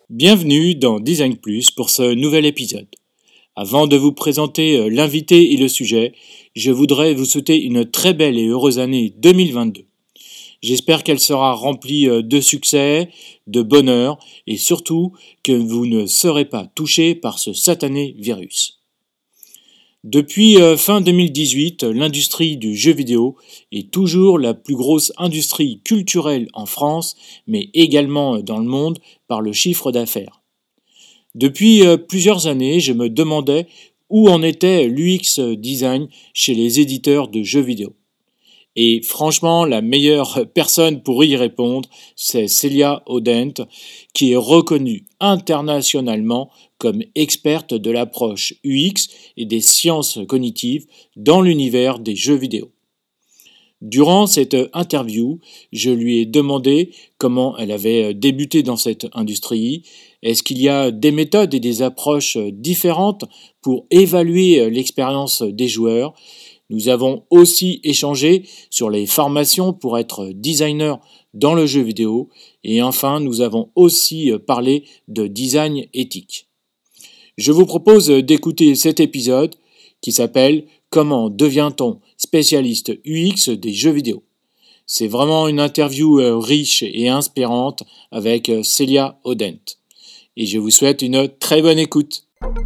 Bienvenue dans Design Plus pour ce nouvel épisode. Avant de vous présenter l'invité et le sujet, je voudrais vous souhaiter une très belle et heureuse année 2022. J'espère qu'elle sera remplie de succès, de bonheur et surtout que vous ne serez pas touchés par ce satané virus. Depuis fin 2018, l'industrie du jeu vidéo est toujours la plus grosse industrie culturelle en France, mais également dans le monde par le chiffre d'affaires. Depuis plusieurs années, je me demandais où en était l'UX design chez les éditeurs de jeux vidéo. Et franchement, la meilleure personne pour y répondre, c'est Celia Audent, qui est reconnue internationalement comme experte de l'approche UX et des sciences cognitives dans l'univers des jeux vidéo. Durant cette interview, je lui ai demandé comment elle avait débuté dans cette industrie. Est-ce qu'il y a des méthodes et des approches différentes pour évaluer l'expérience des joueurs ? Nous avons aussi échangé sur les formations pour être designer dans le jeu vidéo. Et enfin, nous avons aussi parlé de design éthique. Je vous propose d'écouter cet épisode qui s'appelle « Comment devient-on spécialiste UX des jeux vidéo ?» C'est vraiment une interview riche et inspirante avec Celia Audent. Et je vous souhaite une très bonne écoute.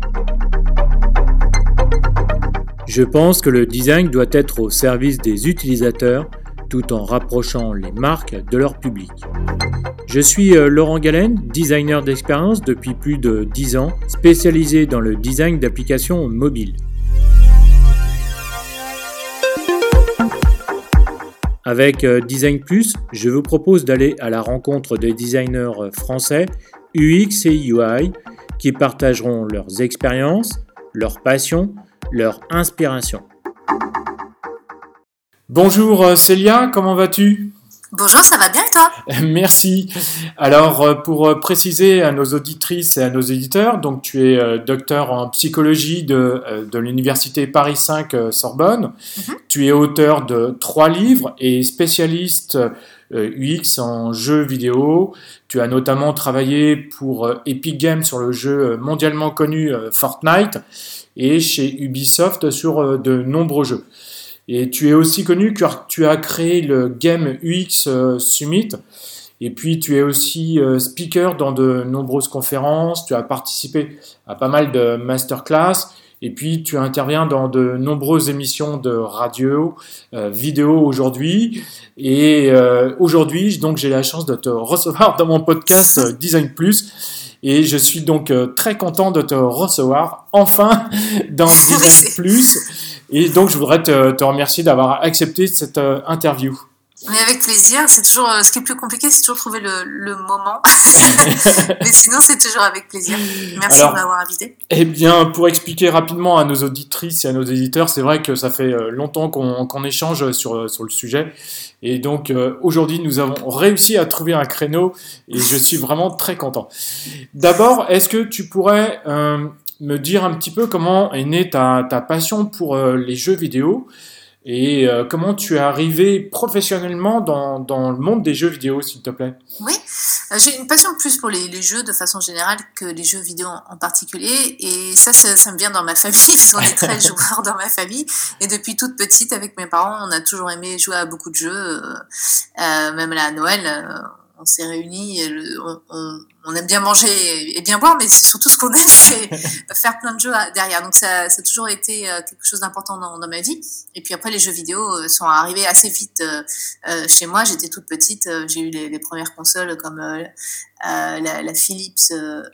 Je pense que le design doit être au service des utilisateurs tout en rapprochant les marques de leur public. Je suis Laurent Galen, designer d'expérience depuis plus de 10 ans, spécialisé dans le design d'applications mobiles. Avec Design Plus, je vous propose d'aller à la rencontre des designers français UX et UI qui partageront leurs expériences, leurs passions, leur inspiration. Bonjour Célia, comment vas-tu ? Bonjour, ça va bien et toi ? Merci. Alors, pour préciser à nos auditrices et à nos éditeurs, donc tu es docteur en psychologie de l'université Paris 5 Sorbonne. Tu es auteur de 3 livres et spécialiste UX en jeux vidéo. Tu as notamment travaillé pour Epic Games sur le jeu mondialement connu Fortnite et chez Ubisoft sur de nombreux jeux. Et tu es aussi connu car tu as créé le Game UX Summit. Et puis tu es aussi speaker dans de nombreuses conférences. Tu as participé à pas mal de masterclass. Et puis tu interviens dans de nombreuses émissions de radio, vidéo aujourd'hui. Et aujourd'hui, donc j'ai la chance de te recevoir dans mon podcast Design Plus. Et je suis donc très content de te recevoir enfin dans Design Plus. Et donc je voudrais te remercier d'avoir accepté cette interview. Mais avec plaisir, c'est toujours ce qui est plus compliqué, c'est toujours trouver le moment. Mais sinon, c'est toujours avec plaisir. Merci de m'avoir invité. Eh bien, pour expliquer rapidement à nos auditrices et à nos éditeurs, c'est vrai que ça fait longtemps qu'on échange sur le sujet. Et donc, aujourd'hui, nous avons réussi à trouver un créneau et je suis vraiment très content. D'abord, est-ce que tu pourrais me dire un petit peu comment est née ta passion pour les jeux vidéo ? Et comment tu es arrivé professionnellement dans le monde des jeux vidéo, s'il te plaît ? Oui, j'ai une passion plus pour les jeux de façon générale que les jeux vidéo en particulier. Et ça me vient dans ma famille. On est très joueurs dans ma famille. Et depuis toute petite, avec mes parents, on a toujours aimé jouer à beaucoup de jeux. Même là, à Noël, on s'est réunis, on aime bien manger et bien boire, mais c'est surtout ce qu'on aime, c'est faire plein de jeux derrière. Donc ça a toujours été quelque chose d'important dans ma vie. Et puis après, les jeux vidéo sont arrivés assez vite chez moi. J'étais toute petite, j'ai eu les premières consoles comme la Philips,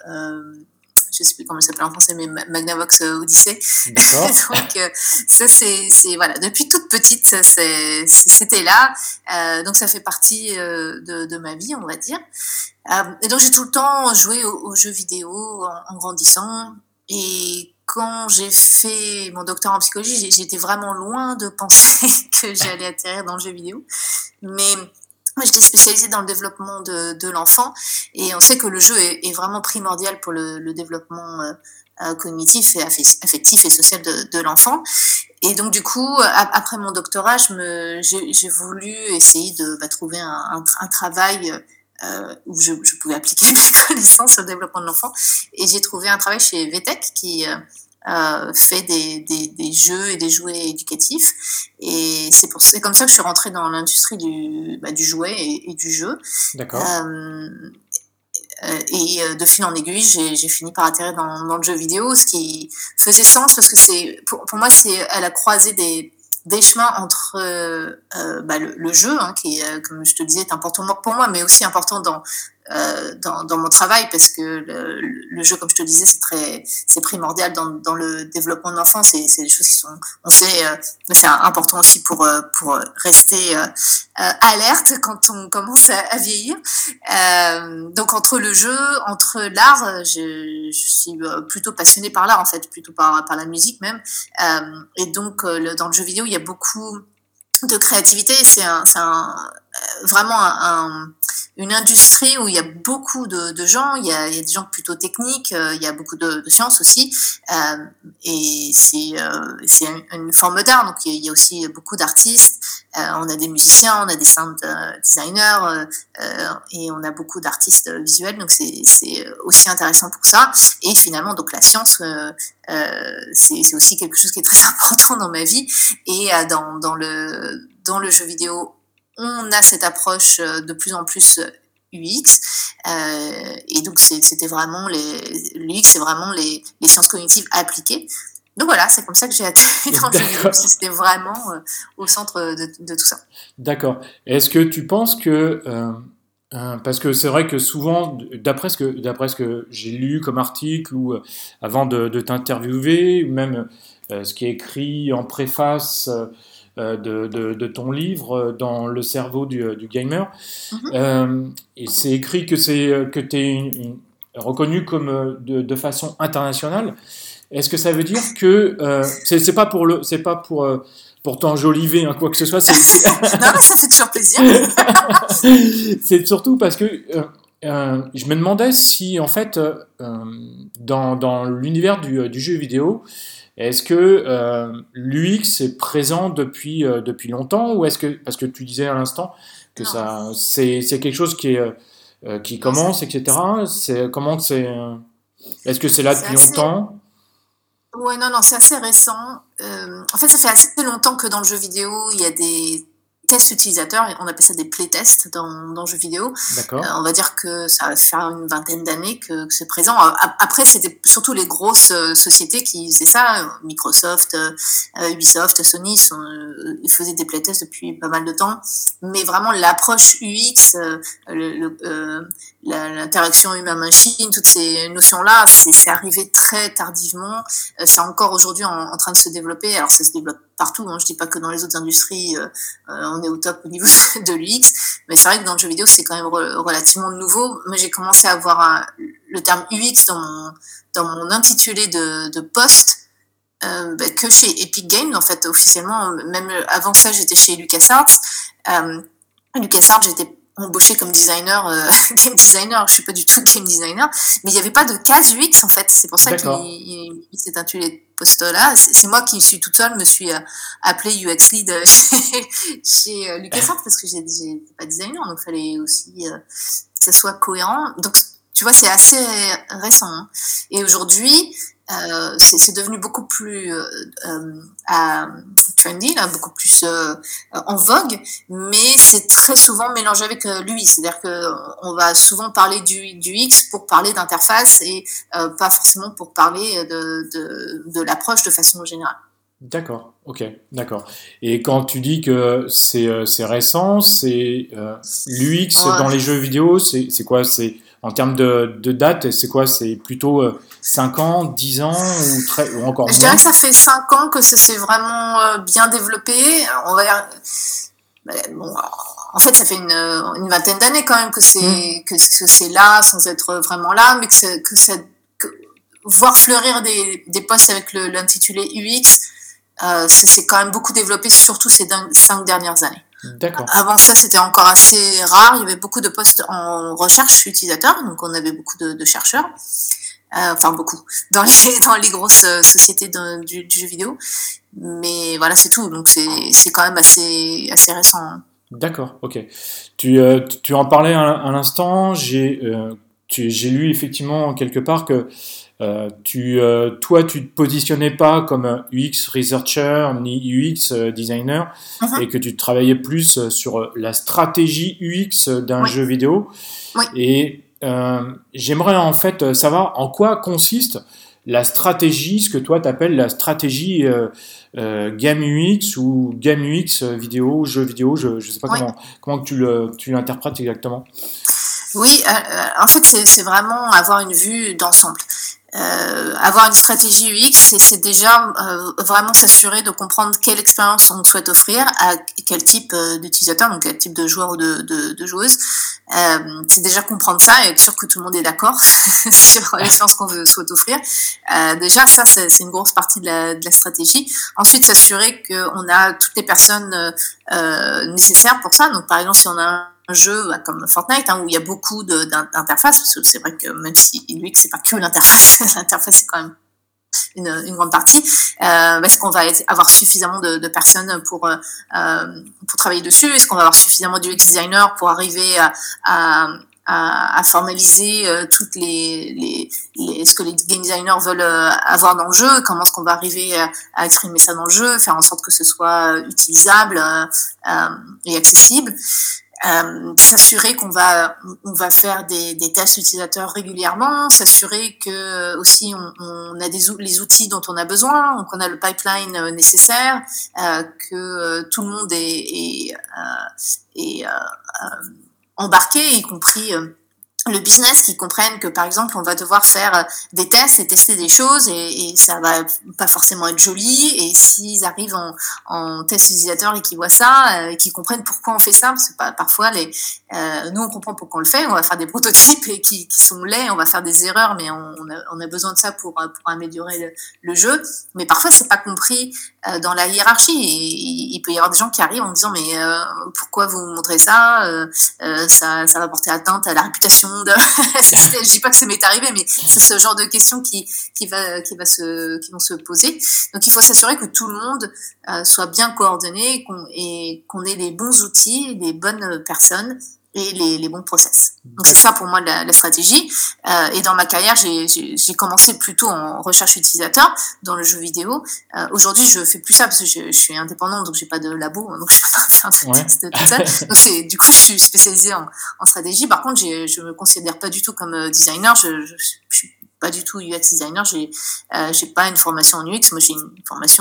je sais plus comment elle s'appelle en français, mais Magnavox Odyssey. Donc ça c'est voilà, depuis toute petite c'était là. Donc ça fait partie de ma vie, on va dire. Et donc j'ai tout le temps joué aux jeux vidéo en grandissant. Et quand j'ai fait mon doctorat en psychologie, j'étais vraiment loin de penser que j'allais atterrir dans le jeu vidéo. Mais moi, j'étais spécialisée dans le développement de l'enfant et on sait que le jeu est vraiment primordial pour le développement cognitif et affectif et social de l'enfant. Et donc du coup, après mon doctorat, j'ai voulu essayer de trouver un travail où je pouvais appliquer mes connaissances sur le développement de l'enfant. Et j'ai trouvé un travail chez VTech qui fait des jeux et des jouets éducatifs. Et c'est comme ça que je suis rentrée dans l'industrie du jouet et du jeu. D'accord. Et de fil en aiguille, j'ai fini par atterrir dans le jeu vidéo, ce qui faisait sens parce que pour moi, c'est à la croisée des chemins entre le jeu, hein, qui, comme je te disais, est important pour moi, mais aussi important dans mon travail, parce que le jeu, comme je te le disais, c'est primordial dans le développement de l'enfant. C'est des choses qui sont, on sait, c'est important aussi pour rester alerte quand on commence à vieillir. Donc entre le jeu, entre l'art, je suis plutôt passionnée par l'art, en fait, plutôt par la musique même. Et donc dans le jeu vidéo, il y a beaucoup de créativité. C'est vraiment une industrie où il y a beaucoup de gens. Il y a des gens plutôt techniques, il y a beaucoup de sciences aussi, et c'est une forme d'art. Donc il y a aussi beaucoup d'artistes. On a des musiciens, on a des sound designers, et on a beaucoup d'artistes visuels. Donc c'est aussi intéressant pour ça. Et finalement, donc la science, c'est aussi quelque chose qui est très important dans ma vie. Et dans le jeu vidéo, on a cette approche de plus en plus UX, et donc c'était vraiment l'UX, c'est vraiment les sciences cognitives appliquées. Donc voilà, c'est comme ça que j'ai atterri dans le jeu vidéo. C'était vraiment au centre de tout ça. D'accord. Est-ce que tu penses que parce que c'est vrai que souvent, d'après ce que j'ai lu comme article ou avant de t'interviewer, ou même ce qui est écrit en préface de ton livre dans le cerveau du gamer, et c'est écrit que tu es reconnu comme de façon internationale. Est-ce que ça veut dire que c'est pas pour t'enjoliver, hein, quoi que ce soit. Non, mais ça fait toujours plaisir. C'est surtout parce que je me demandais si, en fait, dans l'univers du jeu vidéo, est-ce que l'UX est présent depuis longtemps, ou est-ce que, parce que tu disais à l'instant que c'est quelque chose qui commence, etc. Est-ce que c'est là depuis longtemps? Ouais, non, c'est assez récent. En fait, ça fait assez longtemps que dans le jeu vidéo, il y a des tests utilisateurs, on appelle ça des playtests dans le jeu vidéo. D'accord. On va dire que ça va faire une vingtaine d'années que c'est présent. Après, c'était surtout les grosses sociétés qui faisaient ça. Microsoft, Ubisoft, Sony, ils faisaient des playtests depuis pas mal de temps. Mais vraiment, l'approche UX, l'interaction humain-machine, toutes ces notions-là, c'est arrivé très tardivement. C'est encore aujourd'hui en train de se développer. Alors, ça se développe partout, hein. Je dis pas que dans les autres industries on est au top au niveau de l'UX, mais c'est vrai que dans le jeu vidéo c'est quand même relativement nouveau. Moi j'ai commencé à voir le terme UX dans mon intitulé de poste que chez Epic Games, en fait, officiellement. Même avant ça j'étais chez LucasArts. LucasArts, j'étais embauchée comme designer, game designer. Je suis pas du tout game designer, mais il n'y avait pas de case UX, en fait. C'est pour ça qu'il s'est intitulé poste-là. C'est moi qui suis toute seule, me suis appelée UX lead chez LucasArts, parce que j'étais pas designer, donc il fallait aussi que ça soit cohérent. Donc tu vois, c'est assez récent, hein. Et aujourd'hui c'est devenu beaucoup plus trendy, là, beaucoup plus en vogue, mais c'est très souvent mélangé avec l'UX. C'est-à-dire qu'on va souvent parler du X pour parler d'interface et pas forcément pour parler de l'approche de façon générale. D'accord, ok, d'accord. Et quand tu dis que c'est récent, c'est l'UX dans les jeux vidéo, c'est quoi? C'est en termes de date, c'est quoi? C'est plutôt 5 ans, 10 ans ou encore moins? Je dirais que ça fait 5 ans que ça s'est vraiment bien développé. On va dire, bon, en fait, ça fait une vingtaine d'années quand même que c'est là, sans être vraiment là, mais voir fleurir des postes avec l'intitulé UX, c'est quand même beaucoup développé, surtout ces 5 dernières années. D'accord. Avant ça, c'était encore assez rare. Il y avait beaucoup de postes en recherche utilisateur, donc on avait beaucoup de chercheurs. Enfin, beaucoup. Dans les grosses sociétés du jeu vidéo. Mais voilà, c'est tout. Donc c'est quand même assez récent. D'accord, ok. Tu en parlais à l'instant, j'ai lu effectivement quelque part que toi, tu te positionnais pas comme un UX researcher ni UX designer et Mhm. que tu travaillais plus sur la stratégie UX d'un Oui, jeu vidéo. oui. Et j'aimerais en fait savoir en quoi consiste la stratégie, ce que toi t'appelles la stratégie game UX ou game UX vidéo, jeu vidéo, je ne sais pas Oui. comment tu l'interprètes exactement. Oui, en fait, c'est vraiment avoir une vue d'ensemble. Avoir une stratégie UX, c'est déjà vraiment s'assurer de comprendre quelle expérience on souhaite offrir à quel type d'utilisateur, donc quel type de joueur ou de joueuse. C'est déjà comprendre ça et être sûr que tout le monde est d'accord sur l'expérience qu'on souhaite offrir. Déjà, ça, c'est une grosse partie de la stratégie. Ensuite, s'assurer qu'on a toutes les personnes nécessaires pour ça. Donc, par exemple, si on a un jeu comme Fortnite où il y a beaucoup d'interfaces, parce que c'est vrai que même si l'UX c'est pas que l'interface, l'interface c'est quand même une grande partie, est-ce qu'on va avoir suffisamment de personnes pour travailler dessus? Est-ce qu'on va avoir suffisamment d'UX designers pour arriver à formaliser toutes ce que les game designers veulent avoir dans le jeu? Comment est-ce qu'on va arriver à exprimer ça dans le jeu, faire en sorte que ce soit utilisable et accessible? S'assurer on va faire des tests utilisateurs régulièrement, s'assurer que aussi on a les outils dont on a besoin, qu'on a le pipeline nécessaire, que tout le monde est embarqué, y compris le business, qui comprennent que par exemple on va devoir faire des tests et tester des choses et ça va pas forcément être joli, et s'ils arrivent en test utilisateur et qu'ils voient ça et qu'ils comprennent pourquoi on fait ça, parce que parfois nous on comprend pourquoi on le fait, on va faire des prototypes et qui sont laids, on va faire des erreurs, mais on a besoin de ça pour améliorer le jeu, mais parfois c'est pas compris dans la hiérarchie, et il peut y avoir des gens qui arrivent en disant mais pourquoi vous montrez ça, ça va porter atteinte à la réputation de je dis pas que ça m'est arrivé, mais c'est ce genre de questions qui vont se poser. Donc il faut s'assurer que tout le monde soit bien coordonné et qu'on ait les bons outils, les bonnes personnes et les bons process. Donc c'est ça pour moi la stratégie. Et dans ma carrière, j'ai commencé plutôt en recherche utilisateur dans le jeu vidéo. Aujourd'hui, je fais plus ça parce que je suis indépendante, donc j'ai pas de labo, donc je suis pas en train de faire de tests toute seule. Donc du coup, je suis spécialisée en stratégie. Par contre, je me considère pas du tout comme designer. Je suis pas du tout UX designer. J'ai pas une formation en UX. Moi, j'ai une formation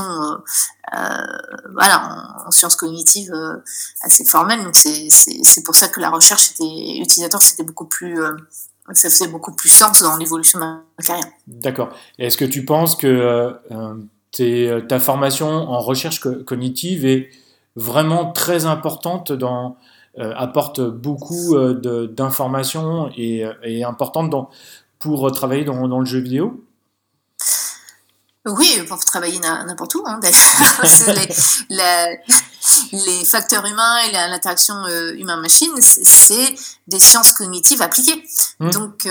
en sciences cognitives assez formelle. Donc c'est pour ça que la recherche utilisateur, c'était beaucoup plus ça faisait beaucoup plus sens dans l'évolution de ma carrière. D'accord. Est-ce que tu penses que ta formation en recherche cognitive est vraiment très importante apporte beaucoup d'informations et importante pour travailler dans le jeu vidéo? Oui, pour travailler n'importe où, d'ailleurs. Les facteurs humains et l'interaction humain-machine, c'est des sciences cognitives appliquées. Donc,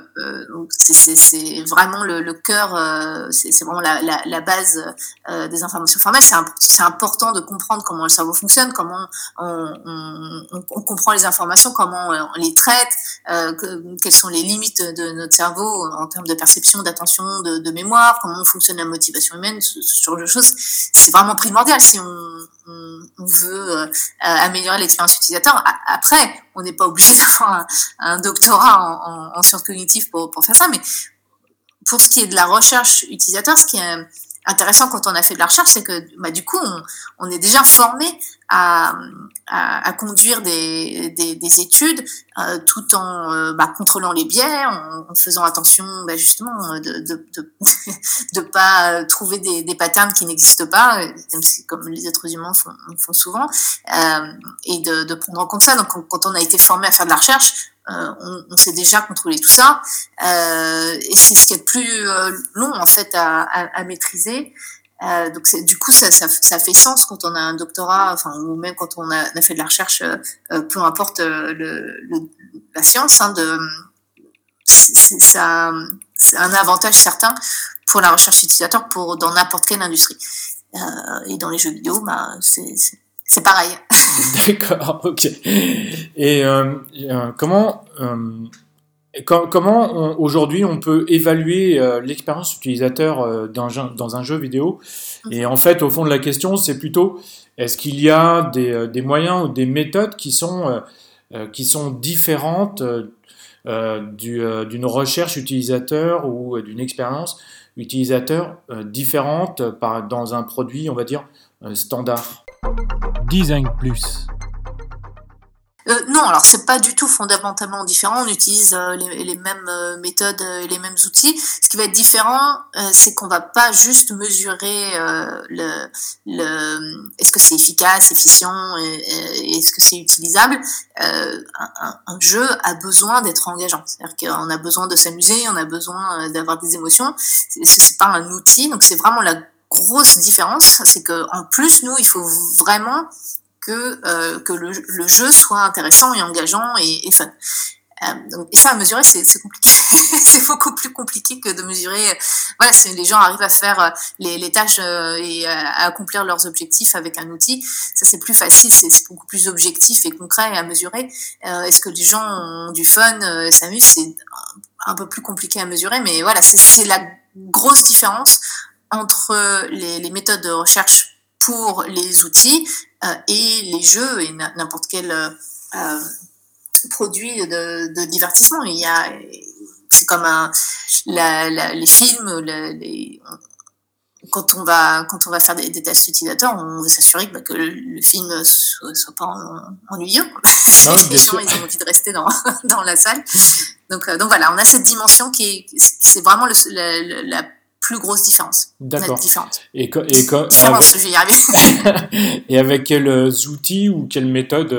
c'est vraiment le cœur, c'est vraiment la base des informations formelles. C'est important de comprendre comment le cerveau fonctionne, comment on comprend les informations, comment on les traite, quelles sont les limites de notre cerveau en termes de perception, d'attention, de mémoire, comment fonctionne la motivation humaine, ce genre de choses. C'est vraiment primordial si on veut améliorer l'expérience utilisateur. Après, on n'est pas obligé d'avoir un doctorat en sciences cognitives pour faire ça, mais pour ce qui est de la recherche utilisateur, ce qui est intéressant quand on a fait de la recherche, c'est que du coup, on est déjà formé à conduire des études tout en contrôlant les biais, en faisant attention justement de pas trouver des patterns qui n'existent pas, comme les êtres humains font souvent, et de prendre en compte ça. Donc quand on a été formé à faire de la recherche, on sait déjà contrôler tout ça, et c'est ce qui est le plus long en fait à maîtriser. Donc du coup ça fait sens quand on a un doctorat, ou même quand on a fait de la recherche, peu importe la science, c'est un avantage certain pour la recherche utilisateur dans n'importe quelle industrie. Et dans les jeux vidéo, C'est pareil. D'accord, ok. Et comment aujourd'hui on peut évaluer l'expérience utilisateur dans un jeu vidéo? Et en fait, au fond de la question, c'est plutôt est-ce qu'il y a des moyens ou des méthodes qui sont différentes d'une recherche utilisateur ou d'une expérience utilisateur différente dans un produit, on va dire, standard? Design Plus. Non, alors c'est pas du tout fondamentalement différent. On utilise les mêmes méthodes et les mêmes outils. Ce qui va être différent, c'est qu'on va pas juste mesurer est-ce que c'est efficace, efficient, et est-ce que c'est utilisable. Un jeu a besoin d'être engageant. C'est-à-dire qu'on a besoin de s'amuser, on a besoin d'avoir des émotions. C'est pas un outil, donc c'est vraiment la grosse différence. C'est que en plus, nous, il faut vraiment que le jeu soit intéressant et engageant et fun. Et ça, à mesurer, c'est compliqué. C'est beaucoup plus compliqué que de mesurer. Voilà, si les gens arrivent à faire les tâches et à accomplir leurs objectifs avec un outil, ça c'est plus facile, c'est beaucoup plus objectif et concret à mesurer. Est-ce que les gens ont du fun, s'amusent, c'est un peu plus compliqué à mesurer, mais voilà, c'est la grosse différence entre les méthodes de recherche pour les outils et les jeux et n'importe quel produit de divertissement. C'est comme les films, quand on va faire des tests utilisateurs, on veut s'assurer que le film soit pas ennuyeux. Les gens, ils ont envie de rester dans la salle. Donc voilà, on a cette dimension c'est vraiment la plus grosse différence. D'accord. Différence. Je vais y arriver. Et avec quels outils ou quelles méthodes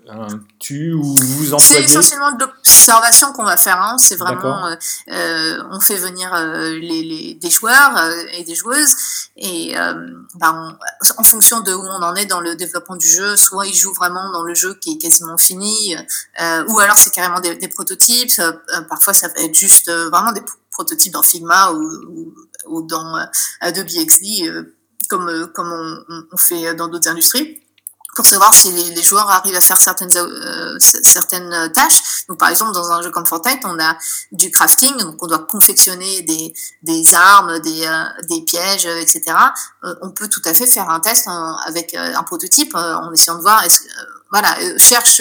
vous employez? C'est essentiellement de l'observation qu'on va faire. Hein. C'est vraiment, on fait venir des joueurs et des joueuses, et en fonction de où on en est dans le développement du jeu, soit ils jouent vraiment dans le jeu qui est quasiment fini, ou alors c'est carrément des prototypes. Parfois, ça va être juste vraiment des prototypes dans Figma ou dans Adobe XD, comme on fait dans d'autres industries, pour savoir si les joueurs arrivent à faire certaines tâches. Donc, par exemple, dans un jeu comme Fortnite, on a du crafting, donc on doit confectionner des armes, des pièges, etc. On peut tout à fait faire un test avec un prototype en essayant de voir cherche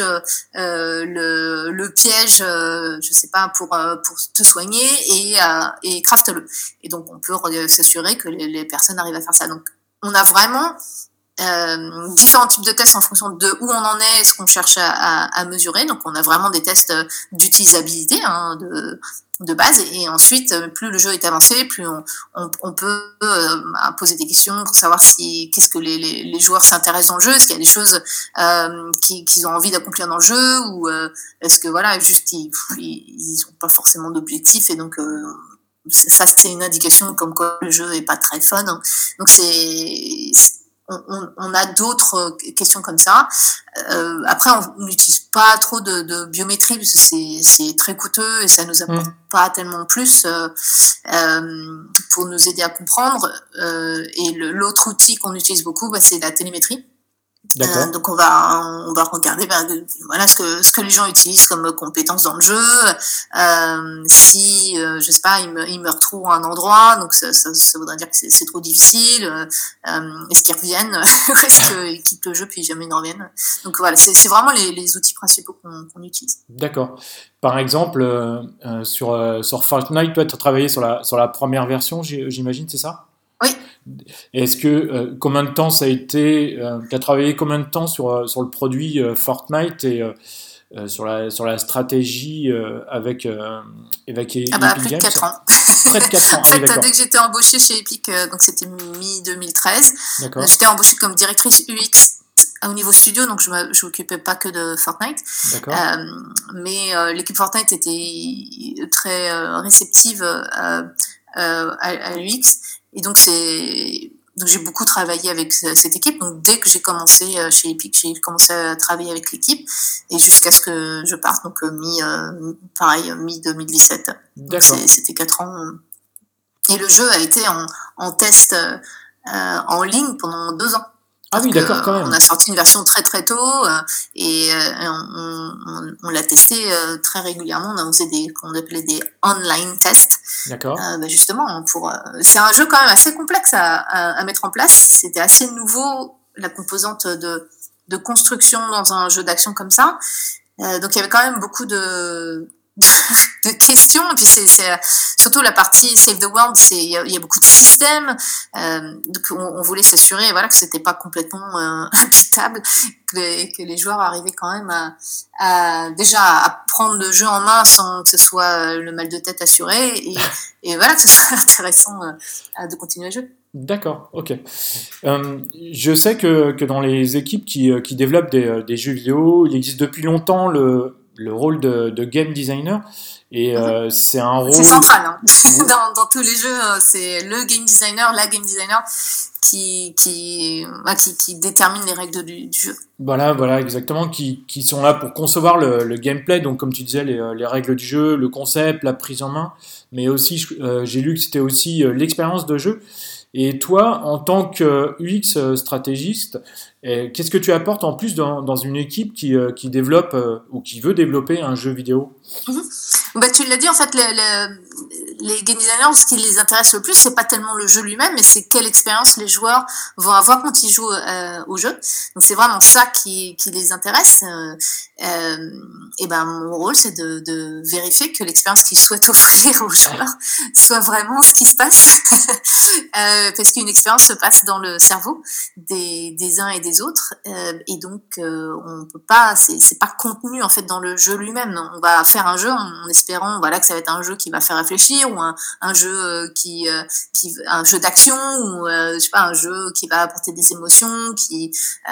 le piège, je sais pas, pour te soigner et craft-le. Et donc on peut s'assurer que les personnes arrivent à faire ça. Donc on a vraiment différents types de tests en fonction de où on en est, ce qu'on cherche à mesurer. Donc on a vraiment des tests d'utilisabilité de base, et ensuite plus le jeu est avancé, plus on peut poser des questions pour savoir qu'est-ce que les joueurs s'intéressent dans le jeu, est-ce qu'il y a des choses qu'ils ont envie d'accomplir dans le jeu, ou est-ce que voilà, juste ils ont pas forcément d'objectif, et donc ça c'est une indication comme quoi le jeu est pas très fun. Donc on a d'autres questions comme ça. Après, on n'utilise pas trop de biométrie parce que c'est très coûteux et ça nous apporte pas tellement plus pour nous aider à comprendre. Et l'autre outil qu'on utilise beaucoup, c'est la télémétrie. Donc on va regarder ce que les gens utilisent comme compétences dans le jeu, si je sais pas, ils meurent trop à un endroit, donc ça voudrait dire que c'est trop difficile, est-ce qu'ils reviennent, est-ce qu'ils quittent le jeu puis jamais ils ne reviennent. Donc voilà, c'est vraiment les outils principaux qu'on utilise. D'accord. Par exemple, sur Fortnite, toi tu as travaillé sur la première version, j'imagine, c'est ça? Oui. Est-ce que combien de temps ça a été tu as travaillé combien de temps sur le produit Fortnite et sur la stratégie avec Epic Games? Plus de 4 ans. Près de 4 ans. En fait, dès que j'étais embauchée chez Epic, donc c'était mi-2013, j'étais embauchée comme directrice UX au niveau studio, donc je m'occupais pas que de Fortnite. Mais l'équipe Fortnite était très réceptive à l'UX. Et donc j'ai beaucoup travaillé avec cette équipe. Donc dès que j'ai commencé chez Epic, j'ai commencé à travailler avec l'équipe, et jusqu'à ce que je parte, donc mi-2017. Donc c'était 4 ans. Et le jeu a été en test en ligne pendant 2 ans. Ah oui, d'accord, quand On même. a sorti une version très très tôt et on l'a testé très régulièrement. On faisait qu'on appelait des online tests, D'accord. justement c'est un jeu quand même assez complexe à mettre en place. C'était assez nouveau la composante de construction dans un jeu d'action comme ça. Donc il y avait quand même beaucoup de questions, et puis c'est surtout la partie Save the World, il y a beaucoup de systèmes, donc on voulait s'assurer que c'était pas complètement impitable, que les joueurs arrivaient quand même déjà à prendre le jeu en main sans que ce soit le mal de tête assuré, et que ce soit intéressant de continuer le jeu. D'accord, ok. Je sais que dans les équipes qui développent des jeux vidéo, il existe depuis longtemps le rôle de game designer. Et c'est un rôle... C'est central, hein. Dans tous les jeux, c'est le game designer, la game designer qui détermine les règles du jeu. Voilà, exactement, qui sont là pour concevoir le gameplay, donc comme tu disais, les règles du jeu, le concept, la prise en main, mais aussi, j'ai lu que c'était aussi l'expérience de jeu. Et toi, en tant que UX stratégiste, qu'est-ce que tu apportes en plus dans une équipe qui développe ou qui veut développer un jeu vidéo? Tu l'as dit, en fait, les game designers, ce qui les intéresse le plus, c'est pas tellement le jeu lui-même, mais c'est quelle expérience les joueurs vont avoir quand ils jouent au jeu. Donc c'est vraiment ça qui les intéresse. Mon rôle, c'est de vérifier que l'expérience qu'ils souhaitent offrir aux joueurs soit vraiment ce qui se passe, parce qu'une expérience se passe dans le cerveau des uns et des autres, et donc on peut pas, c'est pas contenu en fait dans le jeu lui-même. On va faire un jeu en espérant que ça va être un jeu qui va faire réfléchir, ou un jeu un jeu d'action, ou je sais pas, un jeu qui va apporter des émotions, qui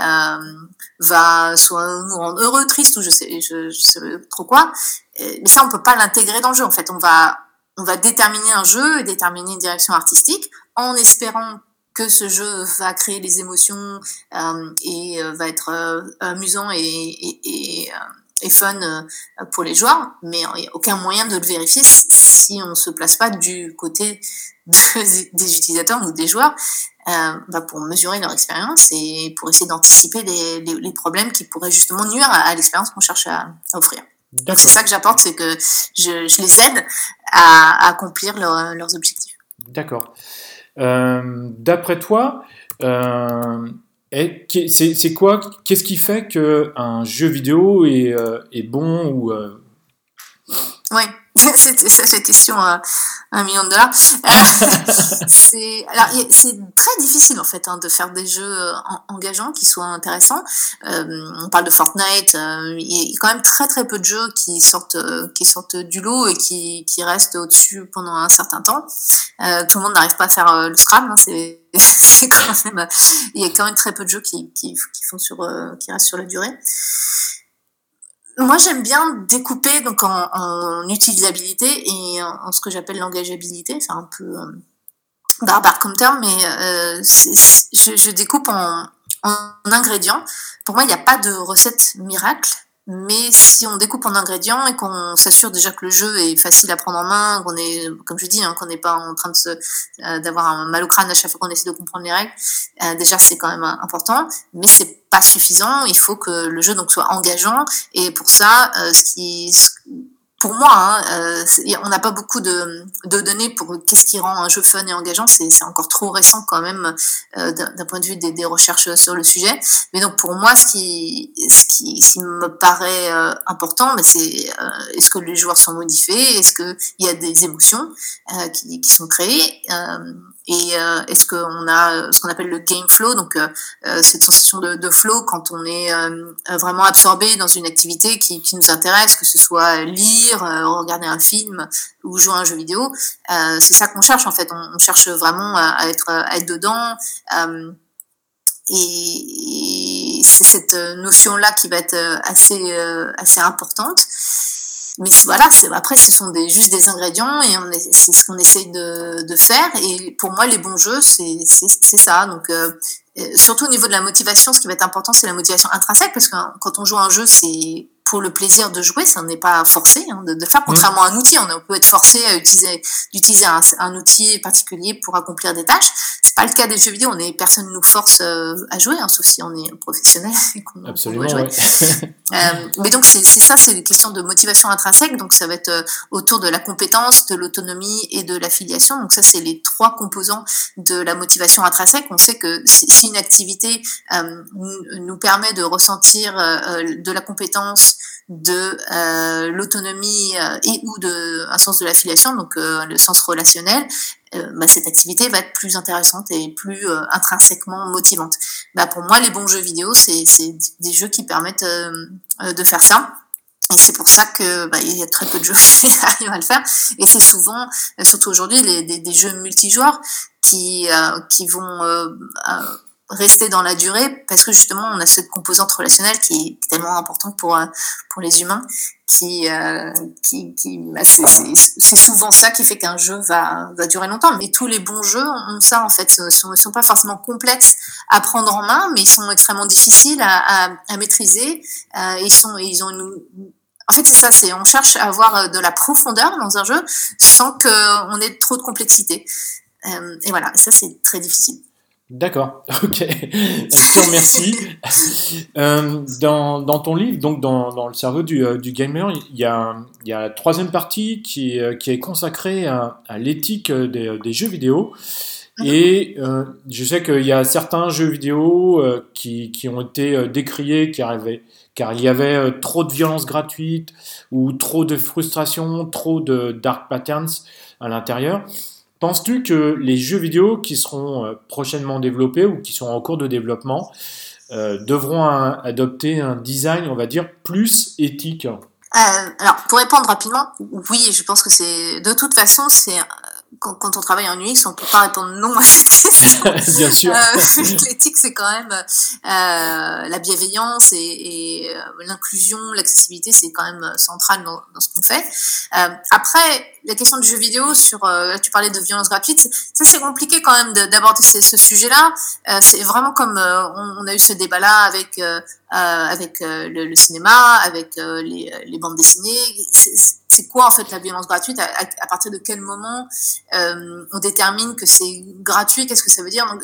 va soit nous rendre heureux, triste, ou je sais trop quoi. Mais ça, on peut pas l'intégrer dans le jeu. En fait, on va déterminer un jeu et déterminer une direction artistique en espérant que ce jeu va créer les émotions et va être amusant et fun pour les joueurs, mais il n'y a aucun moyen de le vérifier si on ne se place pas du côté des utilisateurs ou des joueurs pour mesurer leur expérience et pour essayer d'anticiper les problèmes qui pourraient justement nuire à l'expérience qu'on cherche à offrir. Donc c'est ça que j'apporte, c'est que je les aide à accomplir leurs objectifs. D'accord. D'après toi, c'est quoi, qu'est-ce qui fait qu'un jeu vidéo est bon ou Oui, c'est la question à $1 million. C'est très difficile en fait de faire des jeux engageants qui soient intéressants. On parle de Fortnite, il y a quand même très très peu de jeux qui sortent du lot et qui restent au-dessus pendant un certain temps. Tout le monde n'arrive pas à faire le Scrabble, hein, c'est quand même, il y a quand même très peu de jeux qui restent sur la durée. Moi, j'aime bien découper donc en utilisabilité et en ce que j'appelle l'engageabilité. C'est un peu barbare comme terme, mais je découpe en ingrédients. Pour moi, il n'y a pas de recette miracle, mais si on découpe en ingrédients et qu'on s'assure déjà que le jeu est facile à prendre en main, qu'on est, comme je dis, qu'on n'est pas en train d'avoir un mal au crâne à chaque fois qu'on essaie de comprendre les règles, déjà c'est quand même important, mais c'est pas suffisant. Il faut que le jeu donc soit engageant, et pour ça, pour moi, on n'a pas beaucoup de données pour qu'est-ce qui rend un jeu fun et engageant. C'est encore trop récent quand même d'un point de vue des recherches sur le sujet. Mais donc pour moi, ce qui me paraît important, c'est est-ce que les joueurs sont modifiés, est-ce qu'il y a des émotions qui sont créées, et est-ce qu'on a ce qu'on appelle le game flow, donc cette sensation de flow quand on est vraiment absorbé dans une activité qui nous intéresse, que ce soit lire, regarder un film ou jouer à un jeu vidéo. C'est ça qu'on cherche en fait, on cherche vraiment à être dedans, et c'est cette notion-là qui va être assez importante. Mais voilà, après ce sont juste des ingrédients, et c'est ce qu'on essaye de faire. Et pour moi, les bons jeux, c'est ça. Donc surtout au niveau de la motivation, ce qui va être important, c'est la motivation intrinsèque, parce que quand on joue à un jeu, c'est pour le plaisir de jouer, ça n'est pas forcé de le faire, contrairement à un outil. On peut être forcé d'utiliser un outil particulier pour accomplir des tâches. C'est pas le cas des jeux vidéo. Personne nous force à jouer, sauf si on est professionnel et qu'on doit jouer. Mais donc c'est ça, c'est une question de motivation intrinsèque. Donc ça va être autour de la compétence, de l'autonomie et de l'affiliation. Donc ça, c'est les 3 composants de la motivation intrinsèque. On sait que si une activité nous permet de ressentir de la compétence, de l'autonomie et ou un sens de l'affiliation, donc le sens relationnel, cette activité va être plus intéressante et plus intrinsèquement motivante. Pour moi, les bons jeux vidéo, c'est des jeux qui permettent de faire ça. Et c'est pour ça que il y a très peu de jeux qui arrivent à le faire. Et c'est souvent, surtout aujourd'hui, des jeux multijoueurs qui vont rester dans la durée, parce que justement on a cette composante relationnelle qui est tellement importante pour les humains, c'est souvent ça qui fait qu'un jeu va durer longtemps. Mais tous les bons jeux ont ça en fait, sont pas forcément complexes à prendre en main, mais ils sont extrêmement difficiles à maîtriser. Ils ont en fait, c'est ça, on cherche à avoir de la profondeur dans un jeu sans qu'on ait trop de complexité. Et voilà, ça c'est très difficile. D'accord, ok. Je te remercie. Dans ton livre, donc dans le cerveau du gamer, il y a la 3e partie qui est consacrée à l'éthique des jeux vidéo. Et je sais qu'il y a certains jeux vidéo qui ont été décriés car il y avait trop de violence gratuite ou trop de frustration, trop de dark patterns à l'intérieur. Penses-tu que les jeux vidéo qui seront prochainement développés ou qui sont en cours de développement devront adopter un design, on va dire, plus éthique ? Alors, pour répondre rapidement, oui, je pense que de toute façon, quand on travaille en UX, on peut pas répondre non à cette question. Bien sûr. L'éthique, c'est quand même la bienveillance et l'inclusion, l'accessibilité, c'est quand même central dans ce qu'on fait. Après, la question du jeu vidéo tu parlais de violence gratuite, ça c'est compliqué quand même d'aborder ce sujet-là. C'est vraiment comme on a eu ce débat-là avec le cinéma, avec les bandes dessinées. C'est quoi en fait la violence gratuite, à partir de quel moment on détermine que c'est gratuit, qu'est-ce que ça veut dire. Donc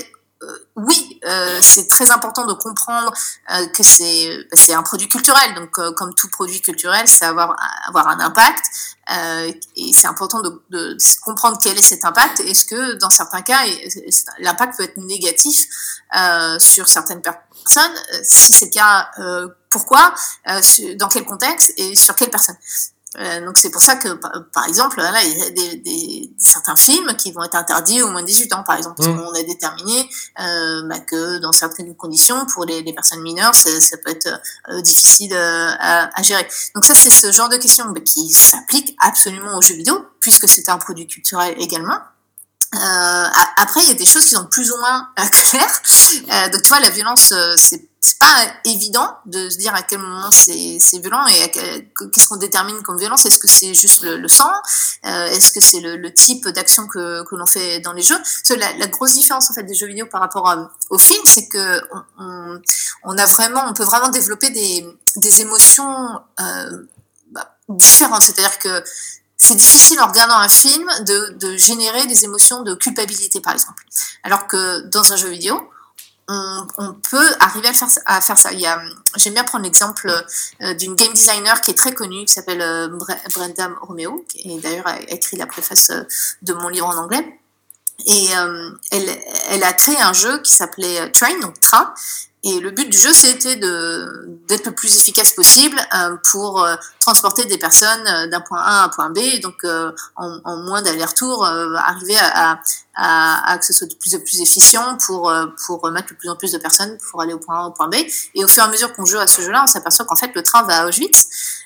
oui, c'est très important de comprendre que c'est un produit culturel, donc comme tout produit culturel, ça va avoir un impact, et c'est important de comprendre quel est cet impact. Est-ce que dans certains cas l'impact peut être négatif sur certaines personnes, si c'est le cas, pourquoi, dans quel contexte et sur quelle personne. Donc c'est pour ça que par exemple là il y a certains films qui vont être interdits au moins de 18 ans par exemple, parce qu'on a déterminé que dans certaines conditions pour les personnes mineures ça peut être difficile à gérer. Donc ça, c'est ce genre de questions qui s'applique absolument aux jeux vidéo puisque c'est un produit culturel également. Après il y a des choses qui sont plus ou moins claires. Donc tu vois, la violence, c'est pas évident de se dire à quel moment c'est violent et qu'est-ce qu'on détermine comme violence. Est-ce que c'est juste le sang, est-ce que c'est le type d'action que l'on fait dans les jeux. Parce que la grosse différence en fait des jeux vidéo par rapport aux films, c'est que on peut vraiment développer des émotions différentes. C'est-à-dire que c'est difficile en regardant un film de générer des émotions de culpabilité, par exemple. Alors que dans un jeu vidéo, on peut arriver à faire ça. J'aime bien prendre l'exemple d'une game designer qui est très connue, qui s'appelle Brenda Romeo, qui d'ailleurs a écrit la préface de mon livre en anglais. Et elle a créé un jeu qui s'appelait Train, donc Train. Et le but du jeu, c'était d'être le plus efficace possible pour transporter des personnes d'un point A à un point B, et donc en moins d'aller-retour, arriver à que ce soit de plus en plus efficient pour mettre de plus en plus de personnes pour aller au point A au point B. Et au fur et à mesure qu'on joue à ce jeu-là, on s'aperçoit qu'en fait le train va à Auschwitz.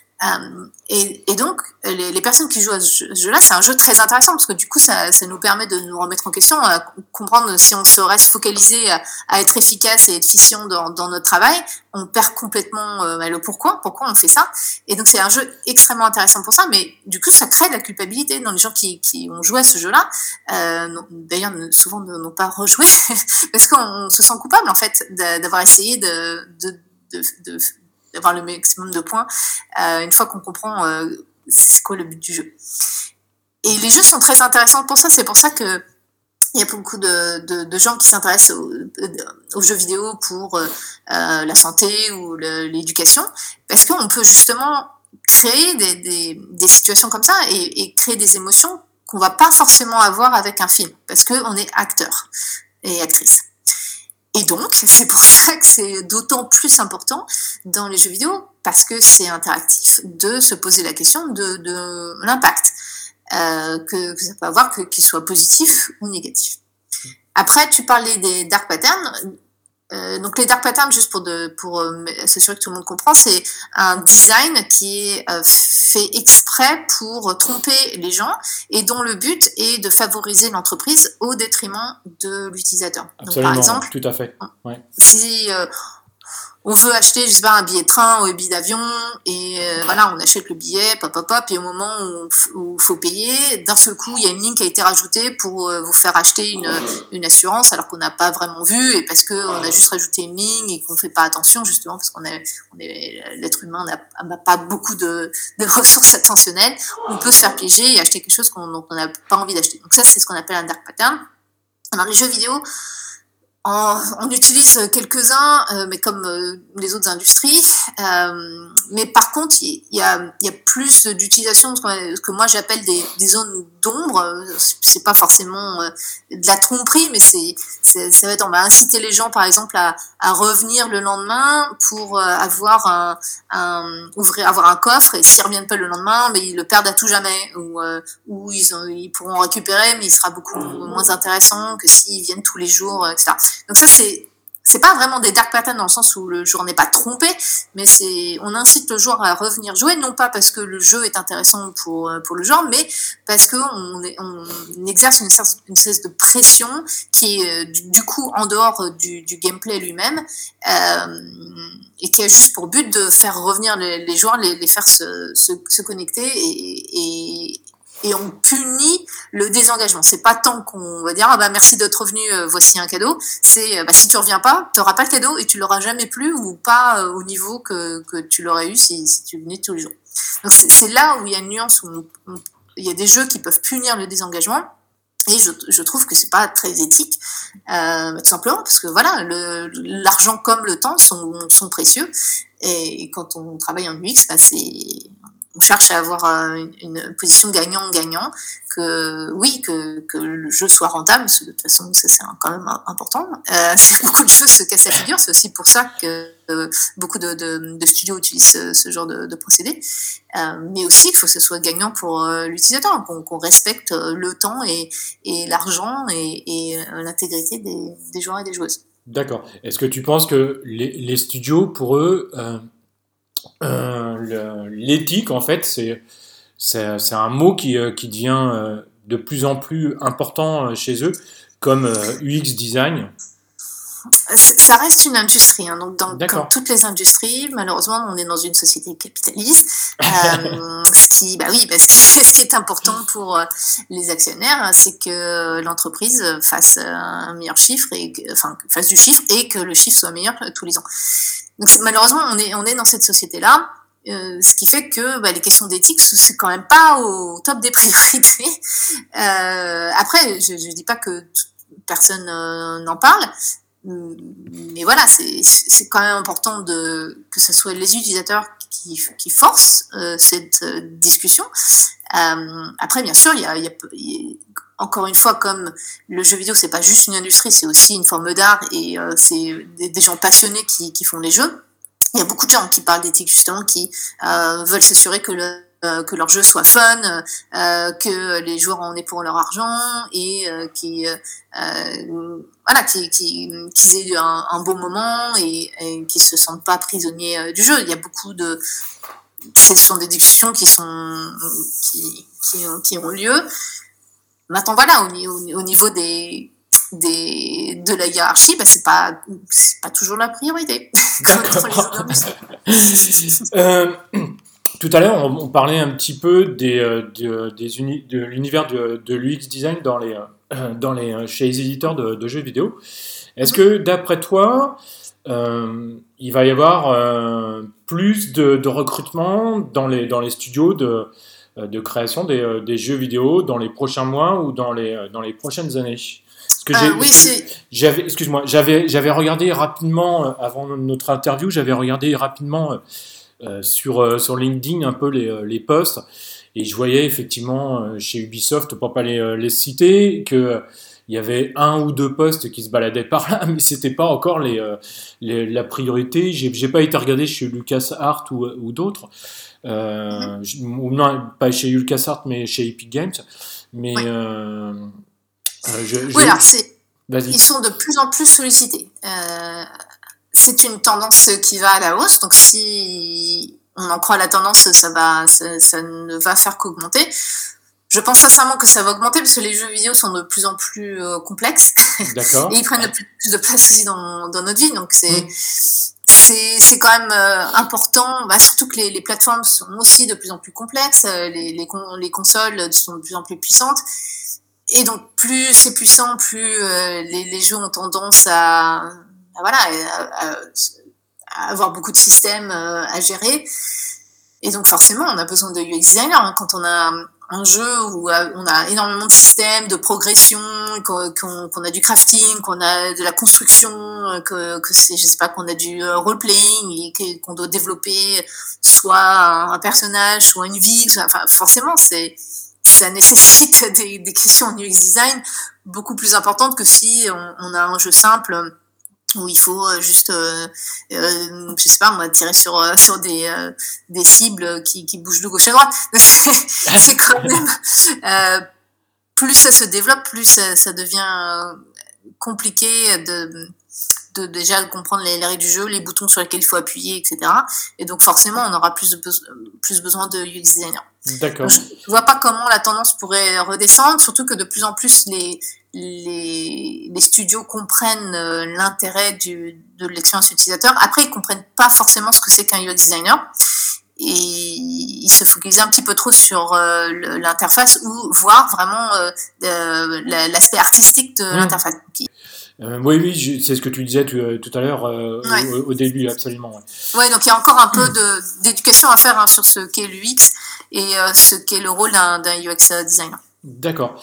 Et donc les personnes qui jouent à ce jeu-là, c'est un jeu très intéressant parce que du coup ça nous permet de nous remettre en question, à comprendre si on se reste focalisé à être efficace et efficient dans notre travail, on perd complètement le pourquoi on fait ça. Et donc c'est un jeu extrêmement intéressant pour ça, mais du coup ça crée de la culpabilité dans les gens qui ont joué à ce jeu-là. D'ailleurs souvent n'ont pas rejoué parce qu'on se sent coupable en fait d'avoir essayé de d'avoir le maximum de points une fois qu'on comprend c'est quoi le but du jeu. Et les jeux sont très intéressants pour ça. C'est pour ça que il y a beaucoup de gens qui s'intéressent aux jeux vidéo pour la santé ou l'éducation, parce qu'on peut justement créer des situations comme ça et créer des émotions qu'on va pas forcément avoir avec un film, parce qu'on est acteur et actrice. Et donc, c'est pour ça que c'est d'autant plus important dans les jeux vidéo, parce que c'est interactif, de se poser la question de l'impact que ça peut avoir, qu'il soit positif ou négatif. Après, tu parlais des dark patterns. Donc les dark patterns, juste pour s'assurer que tout le monde comprend, c'est un design qui est fait exprès pour tromper les gens et dont le but est de favoriser l'entreprise au détriment de l'utilisateur. Absolument, donc, par exemple, tout à fait. Ouais. Si on veut acheter, je sais pas, un billet de train ou un billet d'avion, et voilà, on achète le billet, et au moment où faut payer, d'un seul coup, il y a une ligne qui a été rajoutée pour vous faire acheter une assurance, alors qu'on n'a pas vraiment vu, et parce qu'on a juste rajouté une ligne et qu'on fait pas attention, justement, parce l'être humain n'a pas beaucoup de ressources attentionnelles, on peut se faire piéger et acheter quelque chose dont on n'a pas envie d'acheter. Donc ça, c'est ce qu'on appelle un dark pattern. Alors les jeux vidéo, on utilise quelques-uns, mais comme les autres industries. Mais par contre, il y a plus d'utilisation de ce que moi j'appelle des zones d'ombre. C'est pas forcément de la tromperie, mais ça va être, on va inciter les gens, par exemple, à revenir le lendemain pour avoir un coffre, et s'ils reviennent pas le lendemain, mais ils le perdent à tout jamais, ou ils pourront récupérer, mais il sera beaucoup moins intéressant que s'ils viennent tous les jours, etc. Donc ça, c'est pas vraiment des dark patterns dans le sens où le joueur n'est pas trompé, mais on incite le joueur à revenir jouer, non pas parce que le jeu est intéressant pour le joueur, mais parce que on exerce une espèce de pression qui est du coup en dehors du gameplay lui-même, et qui a juste pour but de faire revenir les joueurs, les faire se connecter, et on punit le désengagement. C'est pas tant qu'on va dire merci d'être revenu, voici un cadeau. C'est si tu reviens pas, tu n'auras pas le cadeau et tu l'auras jamais plus, ou pas au niveau que tu l'aurais eu si tu venais tous les jours. Donc c'est là où il y a une nuance, où il y a des jeux qui peuvent punir le désengagement. Et je trouve que c'est pas très éthique, tout simplement parce que voilà, l'argent comme le temps sont précieux, et quand on travaille en UX, on cherche à avoir une position gagnant-gagnant, que le jeu soit rentable, parce que de toute façon ça c'est quand même important. Beaucoup de jeux se cassent la figure, c'est aussi pour ça que beaucoup de studios utilisent ce genre de procédé. Mais aussi il faut que ce soit gagnant pour l'utilisateur, qu'on respecte le temps et l'argent et l'intégrité des joueurs et des joueuses. D'accord. Est-ce que tu penses que les studios, pour eux, l'éthique, en fait, c'est un mot qui devient de plus en plus important chez eux, comme UX design? Ça reste une industrie, hein. Donc comme toutes les industries, malheureusement, on est dans une société capitaliste. Ce qui est important pour les actionnaires, c'est que l'entreprise fasse un meilleur chiffre, fasse du chiffre, et que le chiffre soit meilleur tous les ans. Donc malheureusement, on est dans cette société-là. Ce qui fait que les questions d'éthique, c'est quand même pas au top des priorités. Après, je dis pas que personne n'en parle, mais voilà, c'est quand même important que ce soit les utilisateurs qui forcent cette discussion. Après, bien sûr, il y a encore une fois, comme le jeu vidéo, c'est pas juste une industrie, c'est aussi une forme d'art, et c'est des gens passionnés qui font les jeux. Il y a beaucoup de gens qui parlent d'éthique, justement, qui veulent s'assurer que leur jeu soit fun, que les joueurs en aient pour leur argent, et qu'ils aient un beau moment, et qu'ils se sentent pas prisonniers du jeu. Il y a beaucoup ce sont des discussions qui ont lieu. Maintenant, voilà, au niveau de la hiérarchie, c'est pas toujours la priorité. Tout à l'heure, on parlait un petit peu de l'univers de l'UX design chez les éditeurs de jeux vidéo. Est-ce que, d'après toi, il va y avoir plus de recrutement dans les studios de création des jeux vidéo dans les prochains mois ou dans les prochaines années? Excuse-moi, j'avais regardé rapidement, avant notre interview, j'avais regardé rapidement sur LinkedIn un peu les posts, et je voyais effectivement chez Ubisoft, pour pas les citer, que il y avait un ou deux postes qui se baladaient par là, mais c'était pas encore la priorité. J'ai pas été regardé chez LucasArts ou d'autres, ou non, pas chez LucasArts, mais chez Epic Games. Mais oui. Oui, alors ils sont de plus en plus sollicités. C'est une tendance qui va à la hausse, donc si on en croit la tendance, ça ne va faire qu'augmenter. Je pense sincèrement que ça va augmenter parce que les jeux vidéo sont de plus en plus complexes. D'accord. Et ils prennent de plus de place aussi dans notre vie, donc c'est quand même important, surtout que les plateformes sont aussi de plus en plus complexes, les consoles sont de plus en plus puissantes. Et donc, plus c'est puissant, plus les jeux ont tendance à avoir beaucoup de systèmes à gérer. Et donc, forcément, on a besoin de UX designer. Hein, quand on a un jeu où on a énormément de systèmes, de progression, qu'on a du crafting, qu'on a de la construction, que c'est, je sais pas, qu'on a du role-playing, et qu'on doit développer soit un personnage, soit une ville. Enfin, forcément, ça nécessite des questions en UX design beaucoup plus importantes que si on a un jeu simple où il faut juste, je sais pas, moi, tirer sur des cibles qui bougent de gauche à droite. C'est quand même, plus ça se développe, plus ça devient compliqué de déjà comprendre les règles du jeu, les boutons sur lesquels il faut appuyer, etc. Et donc forcément, on aura plus besoin de UX designer. D'accord. Donc, je vois pas comment la tendance pourrait redescendre, surtout que de plus en plus les studios comprennent l'intérêt de l'expérience utilisateur. Après, ils comprennent pas forcément ce que c'est qu'un UX designer. Et ils se focalisent un petit peu trop sur l'interface ou voir vraiment l'aspect artistique de l'interface. Oui, c'est ce que tu disais tout à l'heure au début, absolument. Ouais, donc il y a encore un peu d'éducation à faire sur ce qu'est l'UX et ce qu'est le rôle d'un UX designer. D'accord.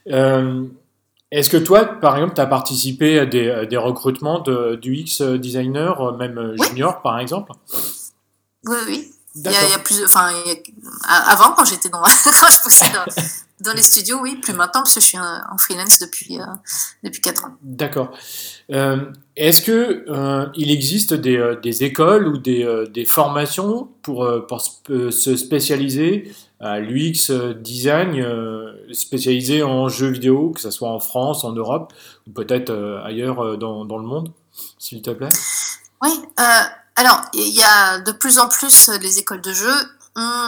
Est-ce que toi, par exemple, tu as participé à des recrutements d'UX designer, même junior, par exemple? Oui. Il y a plus, avant, quand j'étais quand je bossais dans les studios, oui, plus maintenant parce que je suis en freelance depuis 4 ans. D'accord. Est-ce que il existe des écoles ou des formations pour se spécialiser à l'UX design, spécialisé en jeux vidéo, que ce soit en France, en Europe, ou peut-être ailleurs dans le monde, s'il te plaît? Oui. Alors, il y a de plus en plus les écoles de jeux ont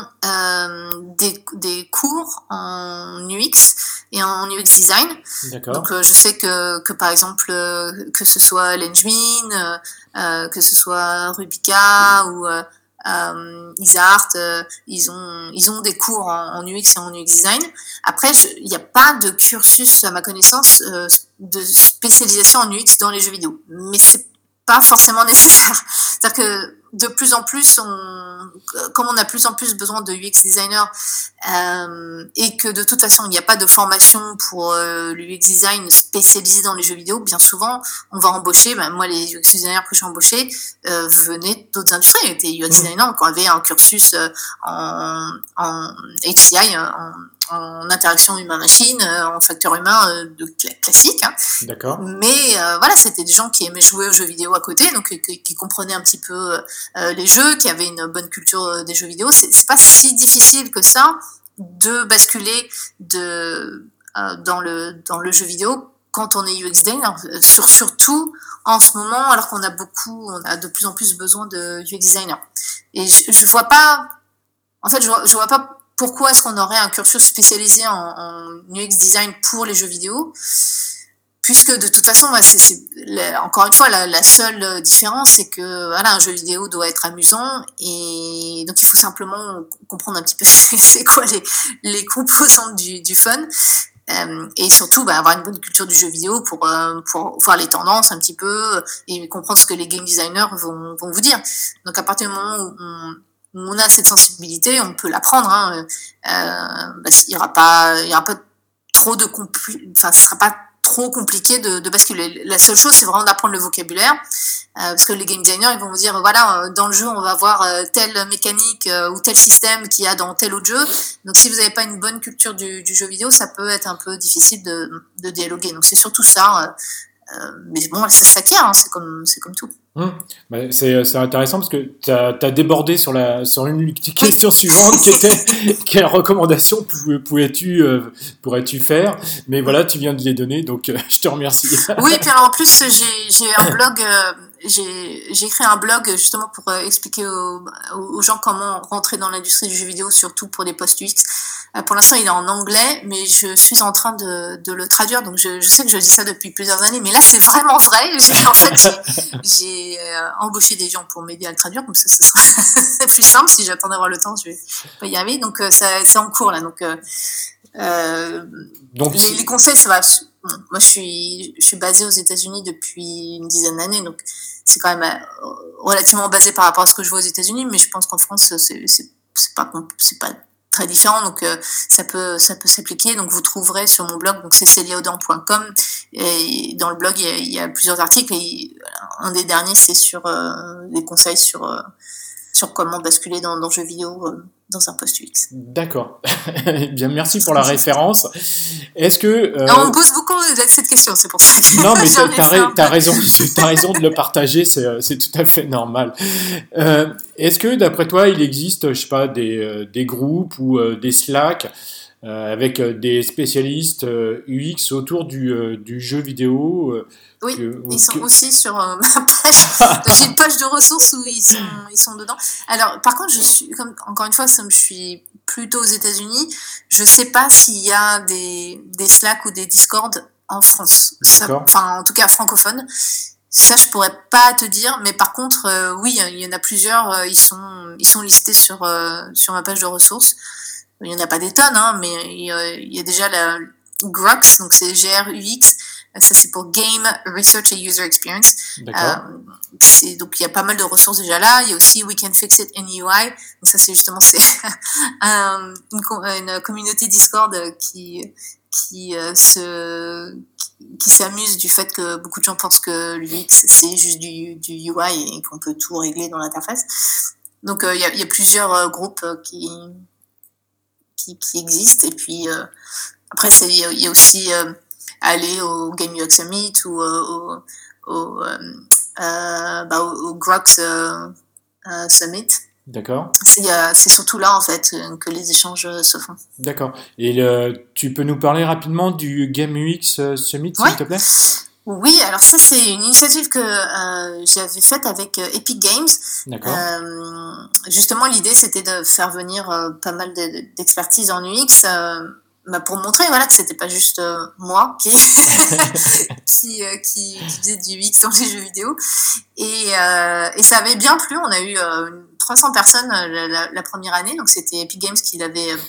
des cours en UX et en UX design. D'accord. Donc, je sais que par exemple, que ce soit l'Engine, que ce soit Rubica ou Isart, ils ont des cours en UX et en UX design. Après, il n'y a pas de cursus, à ma connaissance, de spécialisation en UX dans les jeux vidéo. Mais c'est pas forcément nécessaire. C'est-à-dire que de plus en plus, comme on a de plus en plus besoin de UX designers et que de toute façon il n'y a pas de formation pour l'UX design spécialisé dans les jeux vidéo, bien souvent on va embaucher, moi les UX designers que j'ai embauchés venaient d'autres industries, ils étaient UX designers, qu'on avait un cursus en HCI, en interaction humain-machine, en facteur humain classique. Hein. D'accord. Mais voilà, c'était des gens qui aimaient jouer aux jeux vidéo à côté, donc qui comprenaient un petit peu les jeux, qui avaient une bonne culture des jeux vidéo. C'est pas si difficile que ça de basculer dans le jeu vidéo quand on est UX designer, surtout en ce moment, alors qu'on a de plus en plus besoin de UX designer. Et je vois pas, en fait, je vois pas pourquoi est-ce qu'on aurait un cursus spécialisé en UX design pour les jeux vidéo, puisque de toute façon, encore une fois, la seule différence, c'est que voilà, un jeu vidéo doit être amusant, et donc il faut simplement comprendre un petit peu c'est quoi les composantes du fun. Et surtout avoir une bonne culture du jeu vidéo pour voir les tendances un petit peu et comprendre ce que les game designers vont vous dire. Donc à partir du moment où on a cette sensibilité, on peut l'apprendre. Il y aura pas trop de ce sera pas trop compliqué de basculer. La seule chose, c'est vraiment d'apprendre le vocabulaire, parce que les game designers, ils vont vous dire, voilà, dans le jeu, on va voir telle mécanique ou tel système qu'il y a dans tel autre jeu. Donc, si vous n'avez pas une bonne culture du jeu vidéo, ça peut être un peu difficile de dialoguer. Donc, c'est surtout ça. Mais bon, ça s'acquiert, hein, c'est comme tout. C'est intéressant parce que tu as débordé sur une question suivante qui était quelles recommandations pourrais-tu faire, mais voilà, tu viens de les donner, donc je te remercie. Oui, puis alors en plus j'ai un blog, j'ai écrit un blog justement pour expliquer aux gens comment rentrer dans l'industrie du jeu vidéo, surtout pour les post-UX. Pour l'instant, il est en anglais, mais je suis en train de le traduire. Donc, je sais que je dis ça depuis plusieurs années, mais là, c'est vraiment vrai. J'ai embauché des gens pour m'aider à le traduire, comme ça sera c'est plus simple. Si j'attends d'avoir le temps, je vais pas y arriver. Donc, c'est en cours là. Donc les conseils, ça va. Bon, moi, je suis basée aux États-Unis depuis une dizaine d'années, donc c'est quand même relativement basé par rapport à ce que je vois aux États-Unis, mais je pense qu'en France, c'est pas très différent, donc ça peut s'appliquer. Donc vous trouverez sur mon blog, donc c'est celiaodan.com, et dans le blog il y a plusieurs articles, et un des derniers c'est sur des conseils sur comment basculer dans le jeu vidéo dans un post-UX. D'accord. Bien, merci pour la référence. Est-ce que on me pose beaucoup cette question, c'est pour ça que non, mais t'as raison de le partager, c'est tout à fait normal. Est-ce que d'après toi, il existe, je sais pas, des groupes ou des Slack avec des spécialistes UX autour du jeu vidéo Oui, ils sont aussi sur ma page. J'ai une page de ressources où ils sont dedans. Alors, par contre, encore une fois, comme je suis plutôt aux États-Unis, je sais pas s'il y a des Slack ou des Discord en France. En tout cas, francophone. Ça, je pourrais pas te dire, mais par contre, oui, il y en a plusieurs. Ils sont listés sur ma page de ressources. Il y en a pas des tonnes, hein, mais il y a déjà la GRUX, donc c'est GRUX. Ça, c'est pour Game Research and User Experience. Donc, il y a pas mal de ressources déjà là. Il y a aussi We Can Fix It in UI. Donc, ça, c'est justement une communauté Discord qui s'amuse du fait que beaucoup de gens pensent que l'UX, c'est juste du UI et qu'on peut tout régler dans l'interface. Donc, il y a plusieurs groupes qui existent. Et puis, après, il y a aussi... aller au Game UX Summit ou au GRUX Summit. D'accord. C'est surtout là, en fait, que les échanges se font. D'accord. Et tu peux nous parler rapidement du Game UX Summit, s'il te plaît ? Oui, alors ça, c'est une initiative que j'avais faite avec Epic Games. D'accord. Justement, l'idée, c'était de faire venir pas mal d'expertise en UX, pour montrer que c'était pas juste moi qui faisait du UX dans les jeux vidéo, et ça avait bien plu. On a eu 300 personnes la première année, donc c'était Epic Games qui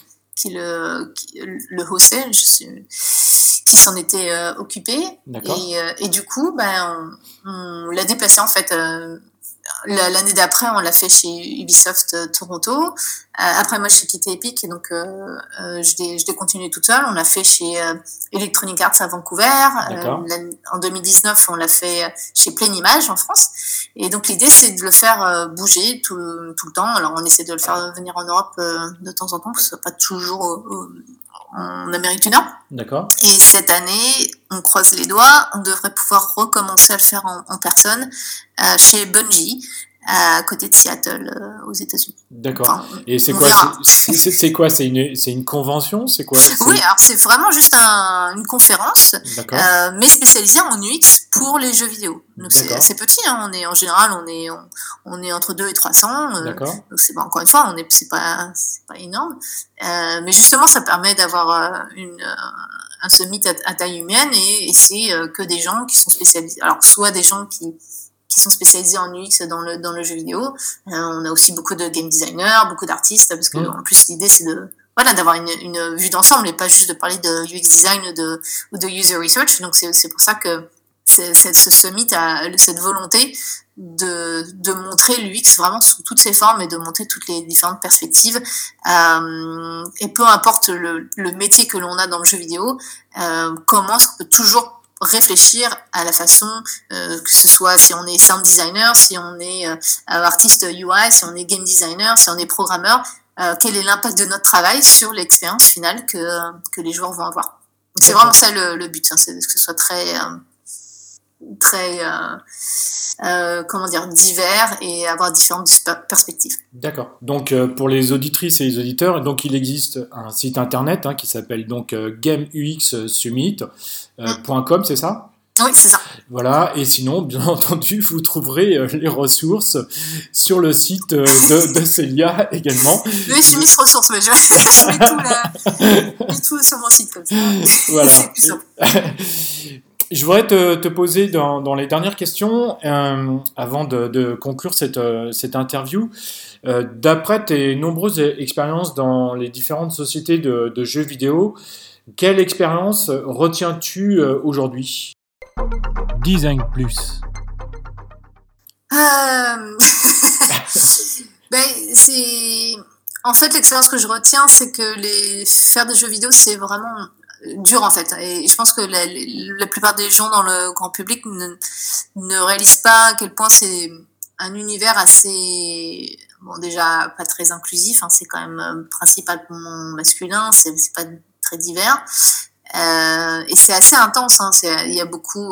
le hostait, qui s'en était occupé. Et du coup on l'a déplacé en fait. L'année d'après, on l'a fait chez Ubisoft Toronto. Après, moi, j'ai quitté Epic, et donc je l'ai continué toute seule. On l'a fait chez Electronic Arts à Vancouver. En 2019, on l'a fait chez Plein Image en France. Et donc, l'idée, c'est de le faire bouger tout le temps. Alors, on essaie de le faire venir en Europe de temps en temps, parce que ce n'est pas toujours en Amérique du Nord. D'accord. Et cette année, on croise les doigts, on devrait pouvoir recommencer à le faire en personne chez Bungie, à côté de Seattle, aux États-Unis. D'accord. Et c'est quoi ? C'est une convention ? C'est quoi ? Oui, alors c'est vraiment juste une conférence, mais spécialisée en UX pour les jeux vidéo. Donc c'est assez petit, hein. En général, on est entre 2 et 300. D'accord. Donc c'est encore une fois, c'est pas énorme. Mais justement, ça permet d'avoir un summit à taille humaine, et c'est que des gens qui sont spécialisés. Alors soit des gens qui sont spécialisés en UX dans le jeu vidéo. On a aussi beaucoup de game designers, beaucoup d'artistes, parce que en plus l'idée c'est de voilà, d'avoir une vue d'ensemble et pas juste de parler de UX design ou de user research. Donc c'est pour ça que ce summit a cette volonté de montrer l'UX vraiment sous toutes ses formes et de montrer toutes les différentes perspectives. Et peu importe le métier que l'on a dans le jeu vidéo, comment on peut toujours réfléchir à la façon, que ce soit si on est sound designer, si on est artiste UI, si on est game designer, si on est programmeur, quel est l'impact de notre travail sur l'expérience finale que les joueurs vont avoir. Donc c'est vraiment ça le but, hein, c'est que ce soit très comment dire, divers et avoir différentes perspectives. D'accord. Donc pour les auditrices et les auditeurs, donc il existe un site internet qui s'appelle donc GameUXSummit.com, c'est ça ? Oui, c'est ça. Voilà, et sinon, bien entendu, vous trouverez les ressources sur le site de Célia également. Oui, j'ai mis ce ressources, mais je mets tout sur mon site comme ça. Voilà. Je voudrais te poser dans les dernières questions, avant de conclure cette interview. D'après tes nombreuses expériences dans les différentes sociétés de jeux vidéo, quelle expérience retiens-tu aujourd'hui ? Design Plus. C'est... En fait, l'expérience que je retiens, c'est que faire des jeux vidéo, c'est vraiment dur en fait. Et je pense que la plupart des gens dans le grand public ne réalisent pas à quel point c'est un univers assez... Bon, déjà pas très inclusif, hein, c'est quand même principalement masculin, c'est pas très divers. Et c'est assez intense, hein, il y a beaucoup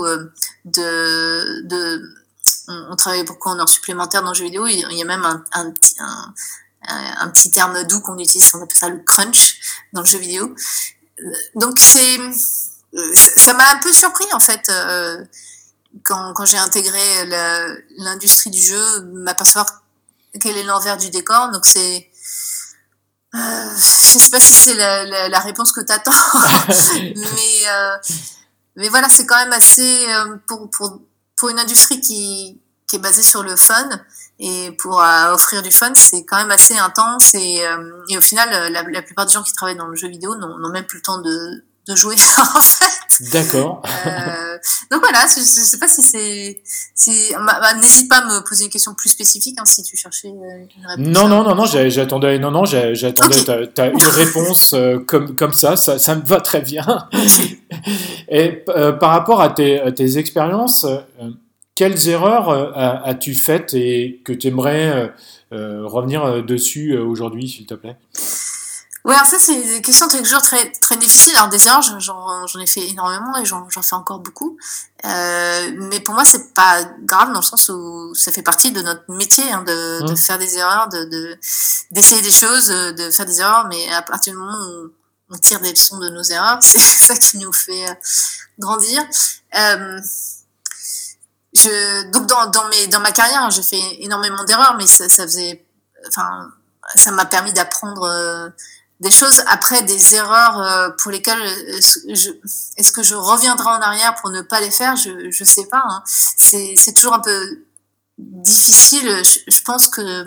on travaille beaucoup en heures supplémentaires dans le jeu vidéo, il y a même un petit terme doux qu'on utilise, on appelle ça le crunch dans le jeu vidéo. Donc ça m'a un peu surpris en fait quand j'ai intégré l'industrie du jeu, m'apercevoir quel est l'envers du décor. Donc c'est je sais pas si c'est la réponse que t'attends, mais voilà, c'est quand même assez pour une industrie qui est basée sur le fun et pour offrir du fun, c'est quand même assez intense et au final, la plupart des gens qui travaillent dans le jeu vidéo n'ont même plus le temps de jouer en fait. D'accord. Donc voilà, je sais pas si n'hésite pas à me poser une question plus spécifique, hein, si tu cherchais une réponse. Non, j'attendais okay. T'as une réponse comme ça me va très bien. Et par rapport à tes expériences, quelles erreurs as-tu faites et que tu aimerais revenir dessus aujourd'hui, s'il te plaît ? Ouais, alors ça, c'est une question toujours très, très difficile. Alors, des erreurs, j'en ai fait énormément et j'en fais encore beaucoup. Mais pour moi, c'est pas grave dans le sens où ça fait partie de notre métier, hein, de faire des erreurs, d'essayer des choses, de faire des erreurs, mais à partir du moment où on tire des leçons de nos erreurs, c'est ça qui nous fait grandir. Donc dans ma carrière, j'ai fait énormément d'erreurs, mais ça m'a permis d'apprendre des choses. Après, des erreurs pour lesquelles est-ce que je reviendrai en arrière pour ne pas les faire, je sais pas, hein. C'est toujours un peu difficile. Je pense que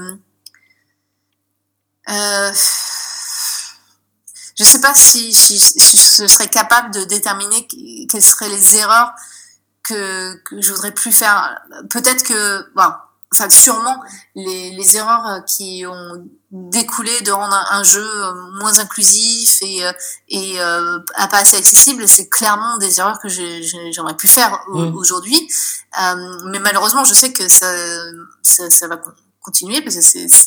je sais pas si je serais capable de déterminer quelles seraient les erreurs que je voudrais plus faire. Peut-être que sûrement les erreurs qui ont découlé de rendre un jeu moins inclusif et pas assez accessible, c'est clairement des erreurs que j'aurais pu faire aujourd'hui. Mais malheureusement, je sais que ça va continuer parce que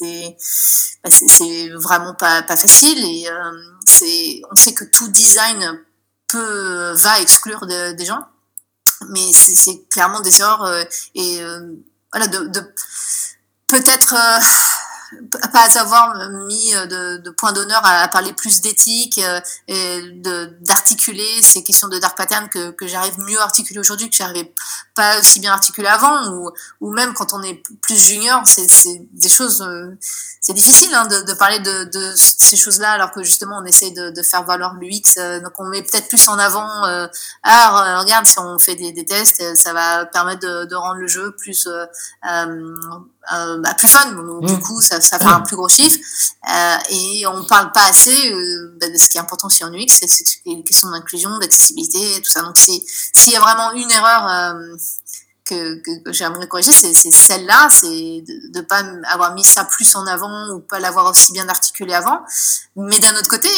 c'est vraiment pas facile et on sait que tout design va exclure des gens, mais c'est clairement des erreurs voilà, de peut-être pas avoir mis de point d'honneur à parler plus d'éthique et d'articuler ces questions de dark pattern que j'arrive mieux à articuler aujourd'hui, que j'arrivais pas aussi bien articulé avant, ou même quand on est plus junior, c'est des choses, c'est difficile, hein, de parler de ces choses-là, alors que justement on essaie de faire valoir l'UX, donc on met peut-être plus en avant regarde, si on fait des tests, ça va permettre de rendre le jeu plus plus fun, donc du coup ça faire un plus gros chiffre. Et on parle pas assez de ce qui est important aussi en UX, c'est les questions d'inclusion, d'accessibilité, tout ça. Donc s'il y a vraiment une erreur que j'aimerais corriger, c'est celle-là, c'est de pas avoir mis ça plus en avant ou pas l'avoir aussi bien articulé avant. Mais d'un autre côté,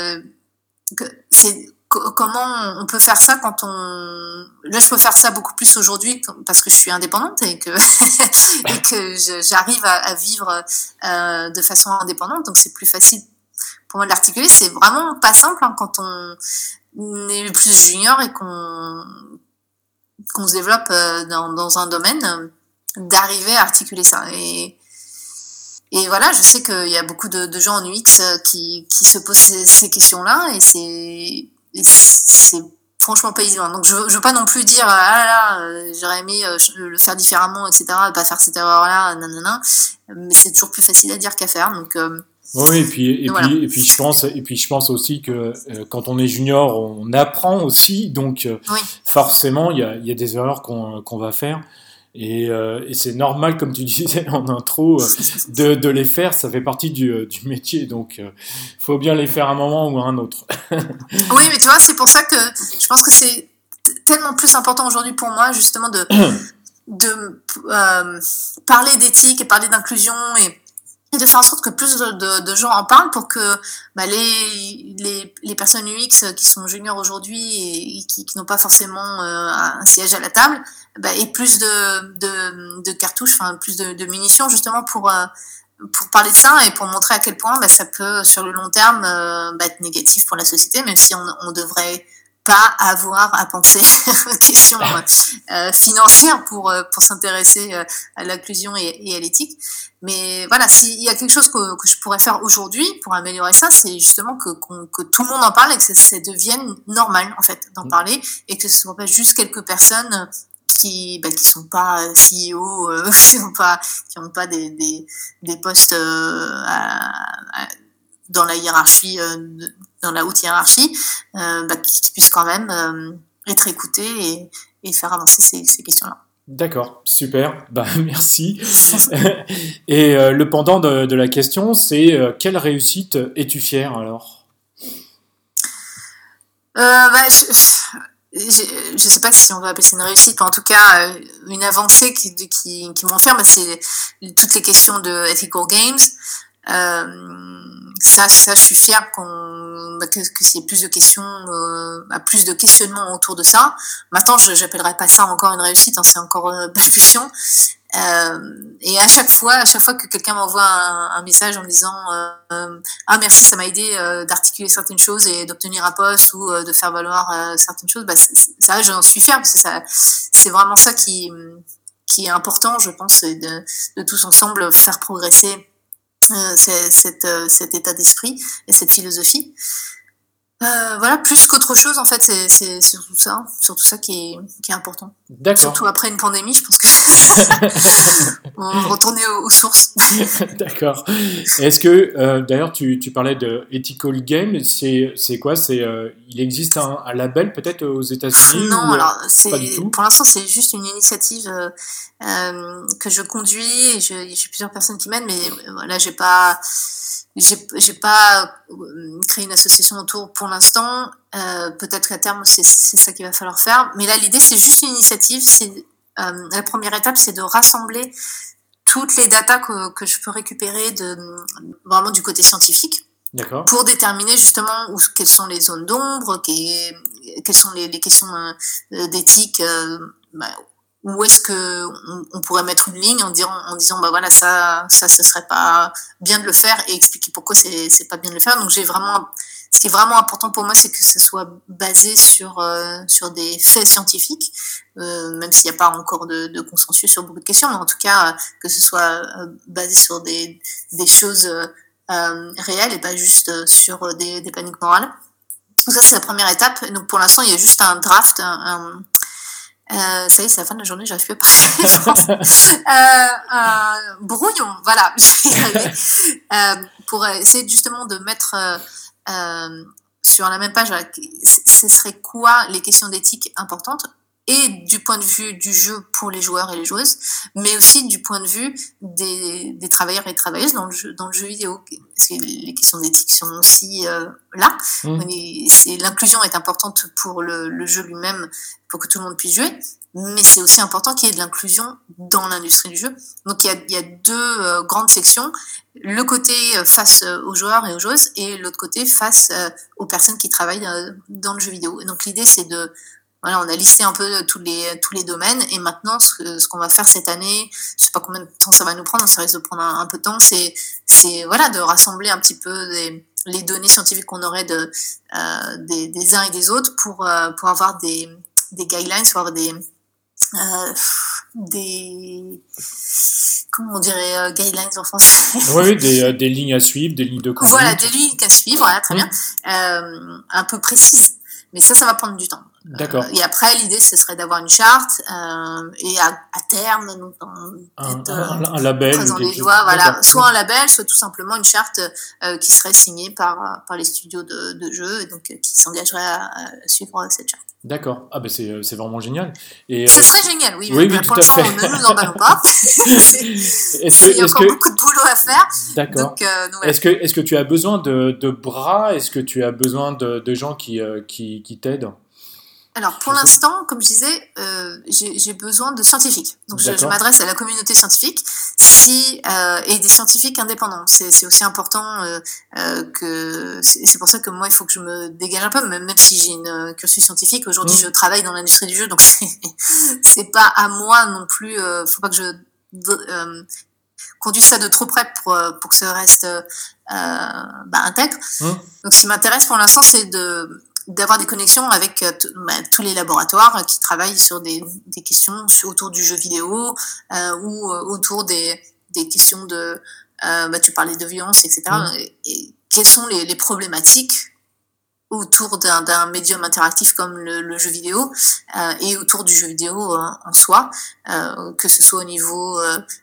c'est comment on peut faire ça quand là je peux faire ça beaucoup plus aujourd'hui parce que je suis indépendante et que et que j'arrive à vivre de façon indépendante, donc c'est plus facile pour moi de l'articuler. C'est vraiment pas simple quand on est plus junior et qu'on se développe dans un domaine, d'arriver à articuler ça. Et voilà, je sais qu'il y a beaucoup de gens en UX qui se posent ces questions-là, et c'est franchement pas évident. Donc je veux pas non plus dire ah là j'aurais aimé le faire différemment, etc., pas faire cette erreur-là, nanana. Mais c'est toujours plus facile à dire qu'à faire. Donc oui, et puis je pense aussi que quand on est junior, on apprend aussi, donc oui. Forcément il y a des erreurs qu'on va faire. Et c'est normal, comme tu disais en intro, de les faire, ça fait partie du métier, donc faut bien les faire à un moment ou à un autre. Oui, mais tu vois, c'est pour ça que je pense que c'est tellement plus important aujourd'hui pour moi, justement, de parler d'éthique et parler d'inclusion et de faire en sorte que plus de gens en parlent pour que les personnes UX qui sont juniors aujourd'hui et qui n'ont pas forcément un siège à la table, aient plus de cartouches, enfin plus de munitions justement pour parler de ça et pour montrer à quel point ça peut sur le long terme être négatif pour la société, même si on devrait pas avoir à penser aux questions financières pour s'intéresser à l'inclusion et à l'éthique. Mais voilà, s'il y a quelque chose que je pourrais faire aujourd'hui pour améliorer ça, c'est justement que tout le monde en parle et que ça devienne normal en fait d'en parler, et que ce soit pas juste quelques personnes qui sont pas CEO, qui ont pas des postes dans la hiérarchie, dans la haute hiérarchie, qui puissent quand même être écoutés et faire avancer ces questions-là. D'accord, super, merci. Et le pendant de la question, c'est quelle réussite es-tu fière alors ? Je sais pas si on va appeler ça une réussite, mais en tout cas une avancée qui m'ont fait, c'est toutes les questions de Ethical Games. Ça je suis fière que s'il y ait plus de questions, plus de questionnements autour de ça. Maintenant, j'appellerais pas ça encore une réussite, c'est encore balbutiant. Et à chaque fois que quelqu'un m'envoie un message en me disant ah merci, ça m'a aidé d'articuler certaines choses et d'obtenir un poste ou de faire valoir certaines choses, ça j'en suis fière, parce que c'est vraiment ça qui est important, je pense, de tous ensemble faire progresser cet état d'esprit et cette philosophie. Voilà, plus qu'autre chose, en fait, c'est surtout ça qui est important. D'accord. Surtout après une pandémie, je pense que on retourner aux sources. D'accord. Est-ce que, d'ailleurs, tu parlais de Ethical Game, c'est quoi ? Il existe un label peut-être aux États-Unis ? Non, alors pas du tout. pour l'instant c'est juste une initiative que je conduis, et j'ai plusieurs personnes qui m'aident, mais voilà, j'ai pas créé une association autour pour l'instant. Peut-être qu'à terme c'est ça qu'il va falloir faire, mais là l'idée c'est juste une initiative. La première étape, c'est de rassembler toutes les datas que je peux récupérer vraiment du côté scientifique. D'accord. Pour déterminer justement quelles sont les zones d'ombre, quelles sont les questions d'éthique, où est-ce que on pourrait mettre une ligne en disant voilà, ça ce serait pas bien de le faire, et expliquer pourquoi c'est pas bien de le faire. Donc ce qui est vraiment important pour moi, c'est que ce soit basé sur des faits scientifiques, même s'il n'y a pas encore de consensus sur beaucoup de questions, mais en tout cas que ce soit basé sur des choses réelles et pas juste sur des paniques morales. Donc ça, c'est la première étape. Et donc pour l'instant, il y a juste un draft, ça y est, c'est la fin de la journée, j'arrive plus à parler français. Un brouillon, voilà, je vais y arriver. Pour essayer justement de mettre sur la même page, ce serait quoi les questions d'éthique importantes. et du point de vue du jeu pour les joueurs et les joueuses, mais aussi du point de vue des travailleurs et travailleuses dans le jeu vidéo. Parce que les questions d'éthique sont aussi là. L'inclusion est importante pour le jeu lui-même, pour que tout le monde puisse jouer, mais c'est aussi important qu'il y ait de l'inclusion dans l'industrie du jeu. Donc il y a deux grandes sections, le côté face aux joueurs et aux joueuses, et l'autre côté face aux personnes qui travaillent dans le jeu vidéo. Et donc l'idée, c'est voilà, on a listé un peu tous les domaines, et maintenant ce qu'on va faire cette année, je sais pas combien de temps ça va nous prendre, ça risque de prendre un peu de temps, c'est voilà, de rassembler un petit peu les données scientifiques qu'on aurait des uns et des autres pour avoir des guidelines, pour avoir des comment on dirait guidelines en français. Oui, des lignes à suivre, des lignes de conduite. Voilà, des lignes à suivre, voilà, très bien, un peu précises. Mais ça va prendre du temps. D'accord. Et après, l'idée, ce serait d'avoir une charte et à terme, donc, un label. Croisant les doigts, voilà, soit un label, soit tout simplement une charte qui serait signée par les studios de jeux, et donc qui s'engageraient à suivre cette charte. D'accord. Ah ben c'est vraiment génial. Et, ce serait génial, oui. Oui, pour l'instant, ne nous emballons pas. Il y a encore beaucoup de boulot à faire. D'accord. Donc, voilà. Est-ce que tu as besoin de bras? Est-ce que tu as besoin de gens qui t'aident? Alors, pour l'instant, comme je disais, j'ai besoin de scientifiques. Donc, je m'adresse à la communauté scientifique et des scientifiques indépendants. C'est aussi important c'est pour ça que moi, il faut que je me dégage un peu, même si j'ai une cursus scientifique. Aujourd'hui, je travaille dans l'industrie du jeu, donc c'est pas à moi non plus. Faut pas que je conduise ça de trop près pour que ça reste intègre. Donc, ce qui m'intéresse pour l'instant, c'est d'avoir des connexions avec tous les laboratoires qui travaillent sur des questions autour du jeu vidéo ou autour des questions de tu parlais de violence, etc. Et quelles sont les problématiques autour d'un médium interactif comme le jeu vidéo et autour du jeu vidéo en soi, que ce soit au niveau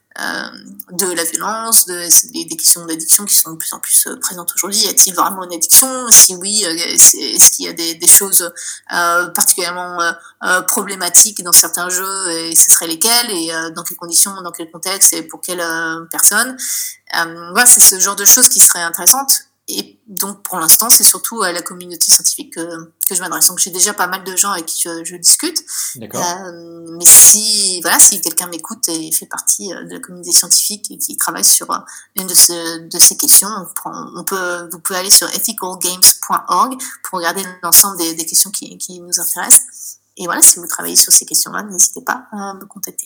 de la violence, des questions d'addiction qui sont de plus en plus présentes aujourd'hui. Y a-t-il vraiment une addiction? Si oui, est-ce qu'il y a des choses particulièrement problématiques dans certains jeux, et ce seraient lesquelles, et dans quelles conditions, dans quel contexte, et pour quelle personne? Voilà, c'est ce genre de choses qui seraient intéressantes. Et donc, pour l'instant, c'est surtout à la communauté scientifique que je m'adresse. Donc, j'ai déjà pas mal de gens avec qui je discute. D'accord. Mais si quelqu'un m'écoute et fait partie de la communauté scientifique et qui travaille sur une de ces questions, vous pouvez aller sur ethicalgames.org pour regarder l'ensemble des questions qui nous intéressent. Et voilà, si vous travaillez sur ces questions-là, n'hésitez pas à me contacter.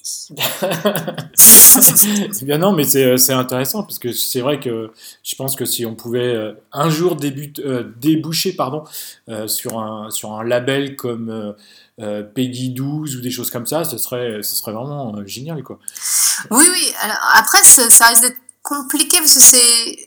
Bien non, mais c'est intéressant, parce que c'est vrai que je pense que si on pouvait un jour déboucher sur un label comme Peggy 12 ou des choses comme ça, ce serait vraiment génial, quoi. Oui. Alors, après, ça risque d'être compliqué parce que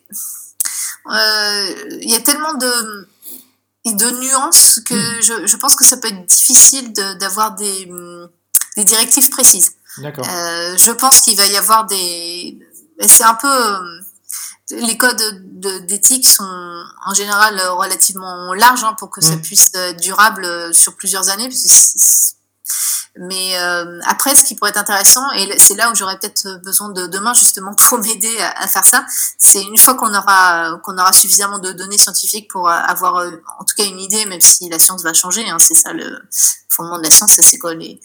il y a tellement de nuances que je pense que ça peut être difficile d'avoir des directives précises. D'accord. Je pense qu'il va y avoir c'est un peu les codes d'éthique sont en général relativement larges pour que ça puisse être durable sur plusieurs années, mais après, ce qui pourrait être intéressant, et c'est là où j'aurais peut-être besoin de main justement pour m'aider à faire ça, c'est une fois qu'on aura suffisamment de données scientifiques pour avoir en tout cas une idée, même si la science va changer, c'est ça le fondement de la science, c'est quoi les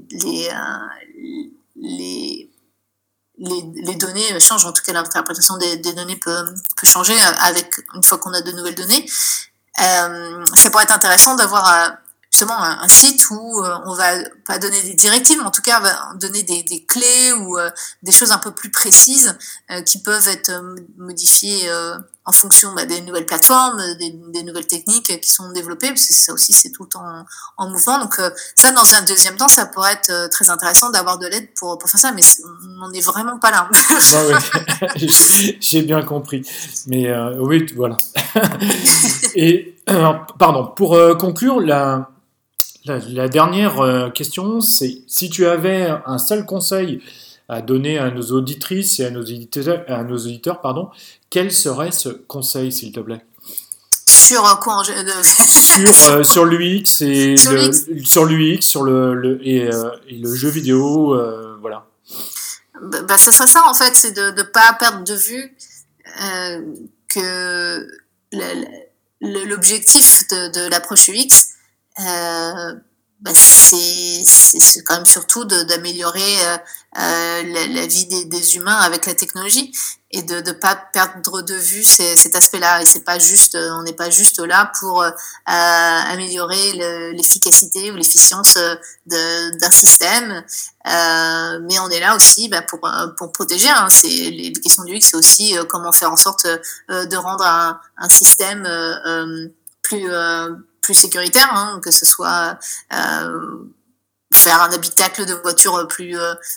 données changent, en tout cas l'interprétation des données peut changer une fois qu'on a de nouvelles données. Ça pourrait être intéressant d'avoir justement un site où on va pas donner des directives, mais en tout cas on va donner des clés ou des choses un peu plus précises qui peuvent être modifiées en fonction des nouvelles plateformes, des nouvelles techniques qui sont développées, parce que ça aussi c'est tout le temps en mouvement. Donc ça, dans un deuxième temps, ça pourrait être très intéressant d'avoir de l'aide pour faire ça, mais on n'en est vraiment pas là. Oui. J'ai bien compris. Mais oui, voilà. Et pardon, pour conclure, la dernière question, c'est si tu avais un seul conseil à donner à nos auditrices et à nos auditeurs, quel serait ce conseil, s'il te plaît? Sur quoi sur l'UX et sur l'UX, sur et le jeu vidéo, voilà. Ça serait ça en fait, c'est de ne pas perdre de vue que l'objectif de l'approche UX, c'est quand même surtout d'améliorer la vie des humains avec la technologie et de pas perdre de vue cet aspect-là. Et c'est pas juste, on n'est pas juste là pour améliorer l'efficacité ou l'efficience d'un système, mais on est là aussi pour protéger. Hein. Les questions du UX, c'est aussi comment faire en sorte de rendre un système plus sécuritaire, hein, que ce soit faire un habitacle de voiture plus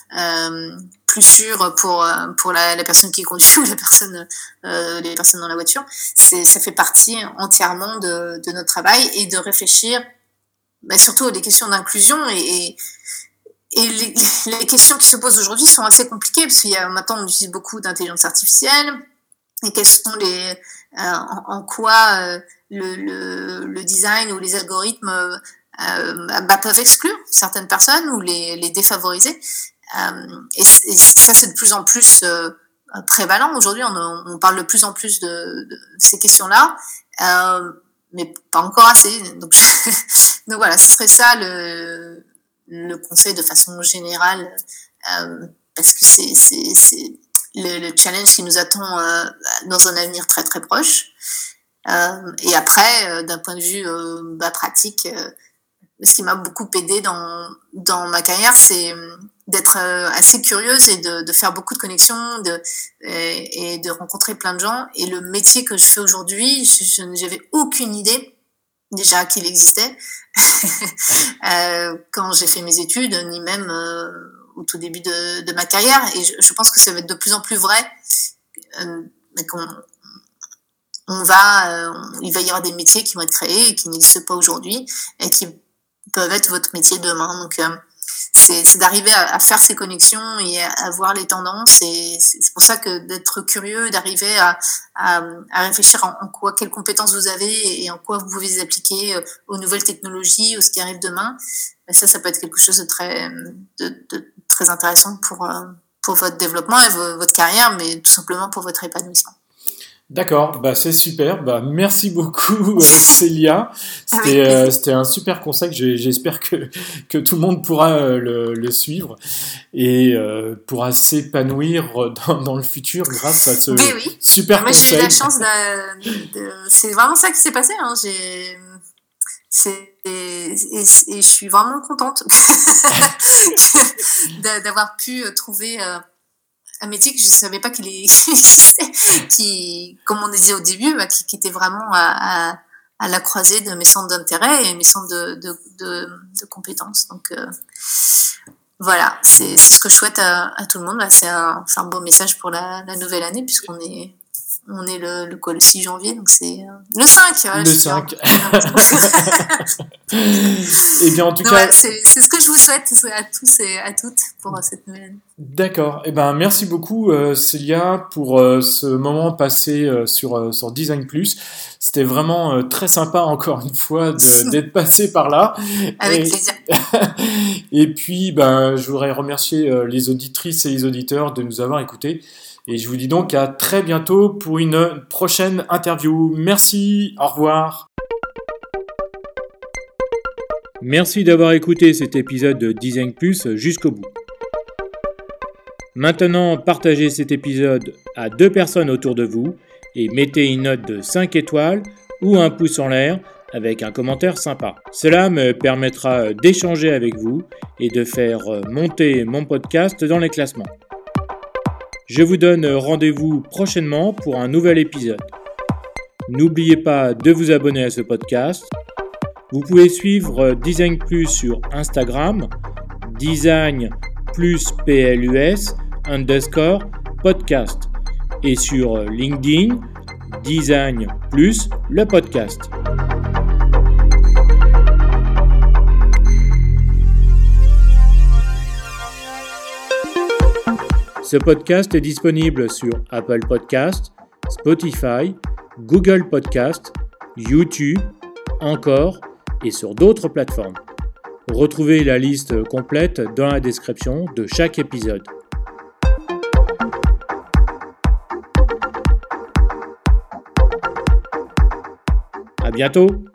sûr pour la personne qui conduit ou les personnes dans la voiture. Ça fait partie entièrement de notre travail et de réfléchir surtout aux questions d'inclusion et les questions qui se posent aujourd'hui sont assez compliquées parce qu'il y a maintenant on utilise beaucoup d'intelligence artificielle et quels sont en quoi le design ou les algorithmes peuvent exclure certaines personnes ou les défavoriser. Et ça, c'est de plus en plus prévalent. Aujourd'hui, on parle de plus en plus de ces questions-là, mais pas encore assez. Donc voilà, ce serait ça le conseil de façon générale, parce que c'est le challenge qui nous attend dans un avenir très très proche. Et après, d'un point de vue pratique, ce qui m'a beaucoup aidé dans ma carrière, c'est d'être assez curieuse et de faire beaucoup de connexions et de rencontrer plein de gens. Et le métier que je fais aujourd'hui, j'avais aucune idée déjà qu'il existait quand j'ai fait mes études, ni même au tout début de ma carrière. Et je pense que ça va être de plus en plus vrai, il va y avoir des métiers qui vont être créés et qui n'existent pas aujourd'hui et qui peuvent être votre métier demain. Donc, c'est d'arriver à faire ces connexions et à voir les tendances. Et c'est pour ça que d'être curieux, d'arriver à réfléchir quelles compétences vous avez et en quoi vous pouvez les appliquer aux nouvelles technologies, ou ce qui arrive demain. Ça peut être quelque chose de très intéressant pour votre développement et votre carrière, mais tout simplement pour votre épanouissement. D'accord, c'est super. Merci beaucoup Célia. C'était un super conseil. J'espère que tout le monde pourra le suivre et pourra s'épanouir dans le futur grâce à ce super conseil. J'ai eu la chance c'est vraiment ça qui s'est passé. Hein. Et je suis vraiment contente d'avoir pu trouver un métier que je ne savais pas qu'il existait, qui, comme on disait au début, qui était vraiment à la croisée de mes centres d'intérêt et mes centres de compétences. Donc voilà, c'est ce que je souhaite à tout le monde. C'est un beau message pour la nouvelle année, puisqu'on est le 6 janvier, donc c'est le 5. Le 5. Et bien en tout cas, c'est ce que je vous souhaite à tous et à toutes pour cette nouvelle année. D'accord. Merci beaucoup Célia pour ce moment passé sur Design Plus. C'était vraiment très sympa encore une fois d'être passé par là. Avec plaisir. Et puis je voudrais remercier les auditrices et les auditeurs de nous avoir écoutés. Et je vous dis donc à très bientôt pour une prochaine interview. Merci, au revoir. Merci d'avoir écouté cet épisode de Design Plus jusqu'au bout. Maintenant, partagez cet épisode à 2 personnes autour de vous et mettez une note de 5 étoiles ou un pouce en l'air avec un commentaire sympa. Cela me permettra d'échanger avec vous et de faire monter mon podcast dans les classements. Je vous donne rendez-vous prochainement pour un nouvel épisode. N'oubliez pas de vous abonner à ce podcast. Vous pouvez suivre Design Plus sur Instagram, Design plus PLUS _podcast et sur LinkedIn, Design plus le podcast. Ce podcast est disponible sur Apple Podcast, Spotify, Google Podcast, YouTube, Encore et sur d'autres plateformes. Retrouvez la liste complète dans la description de chaque épisode. À bientôt!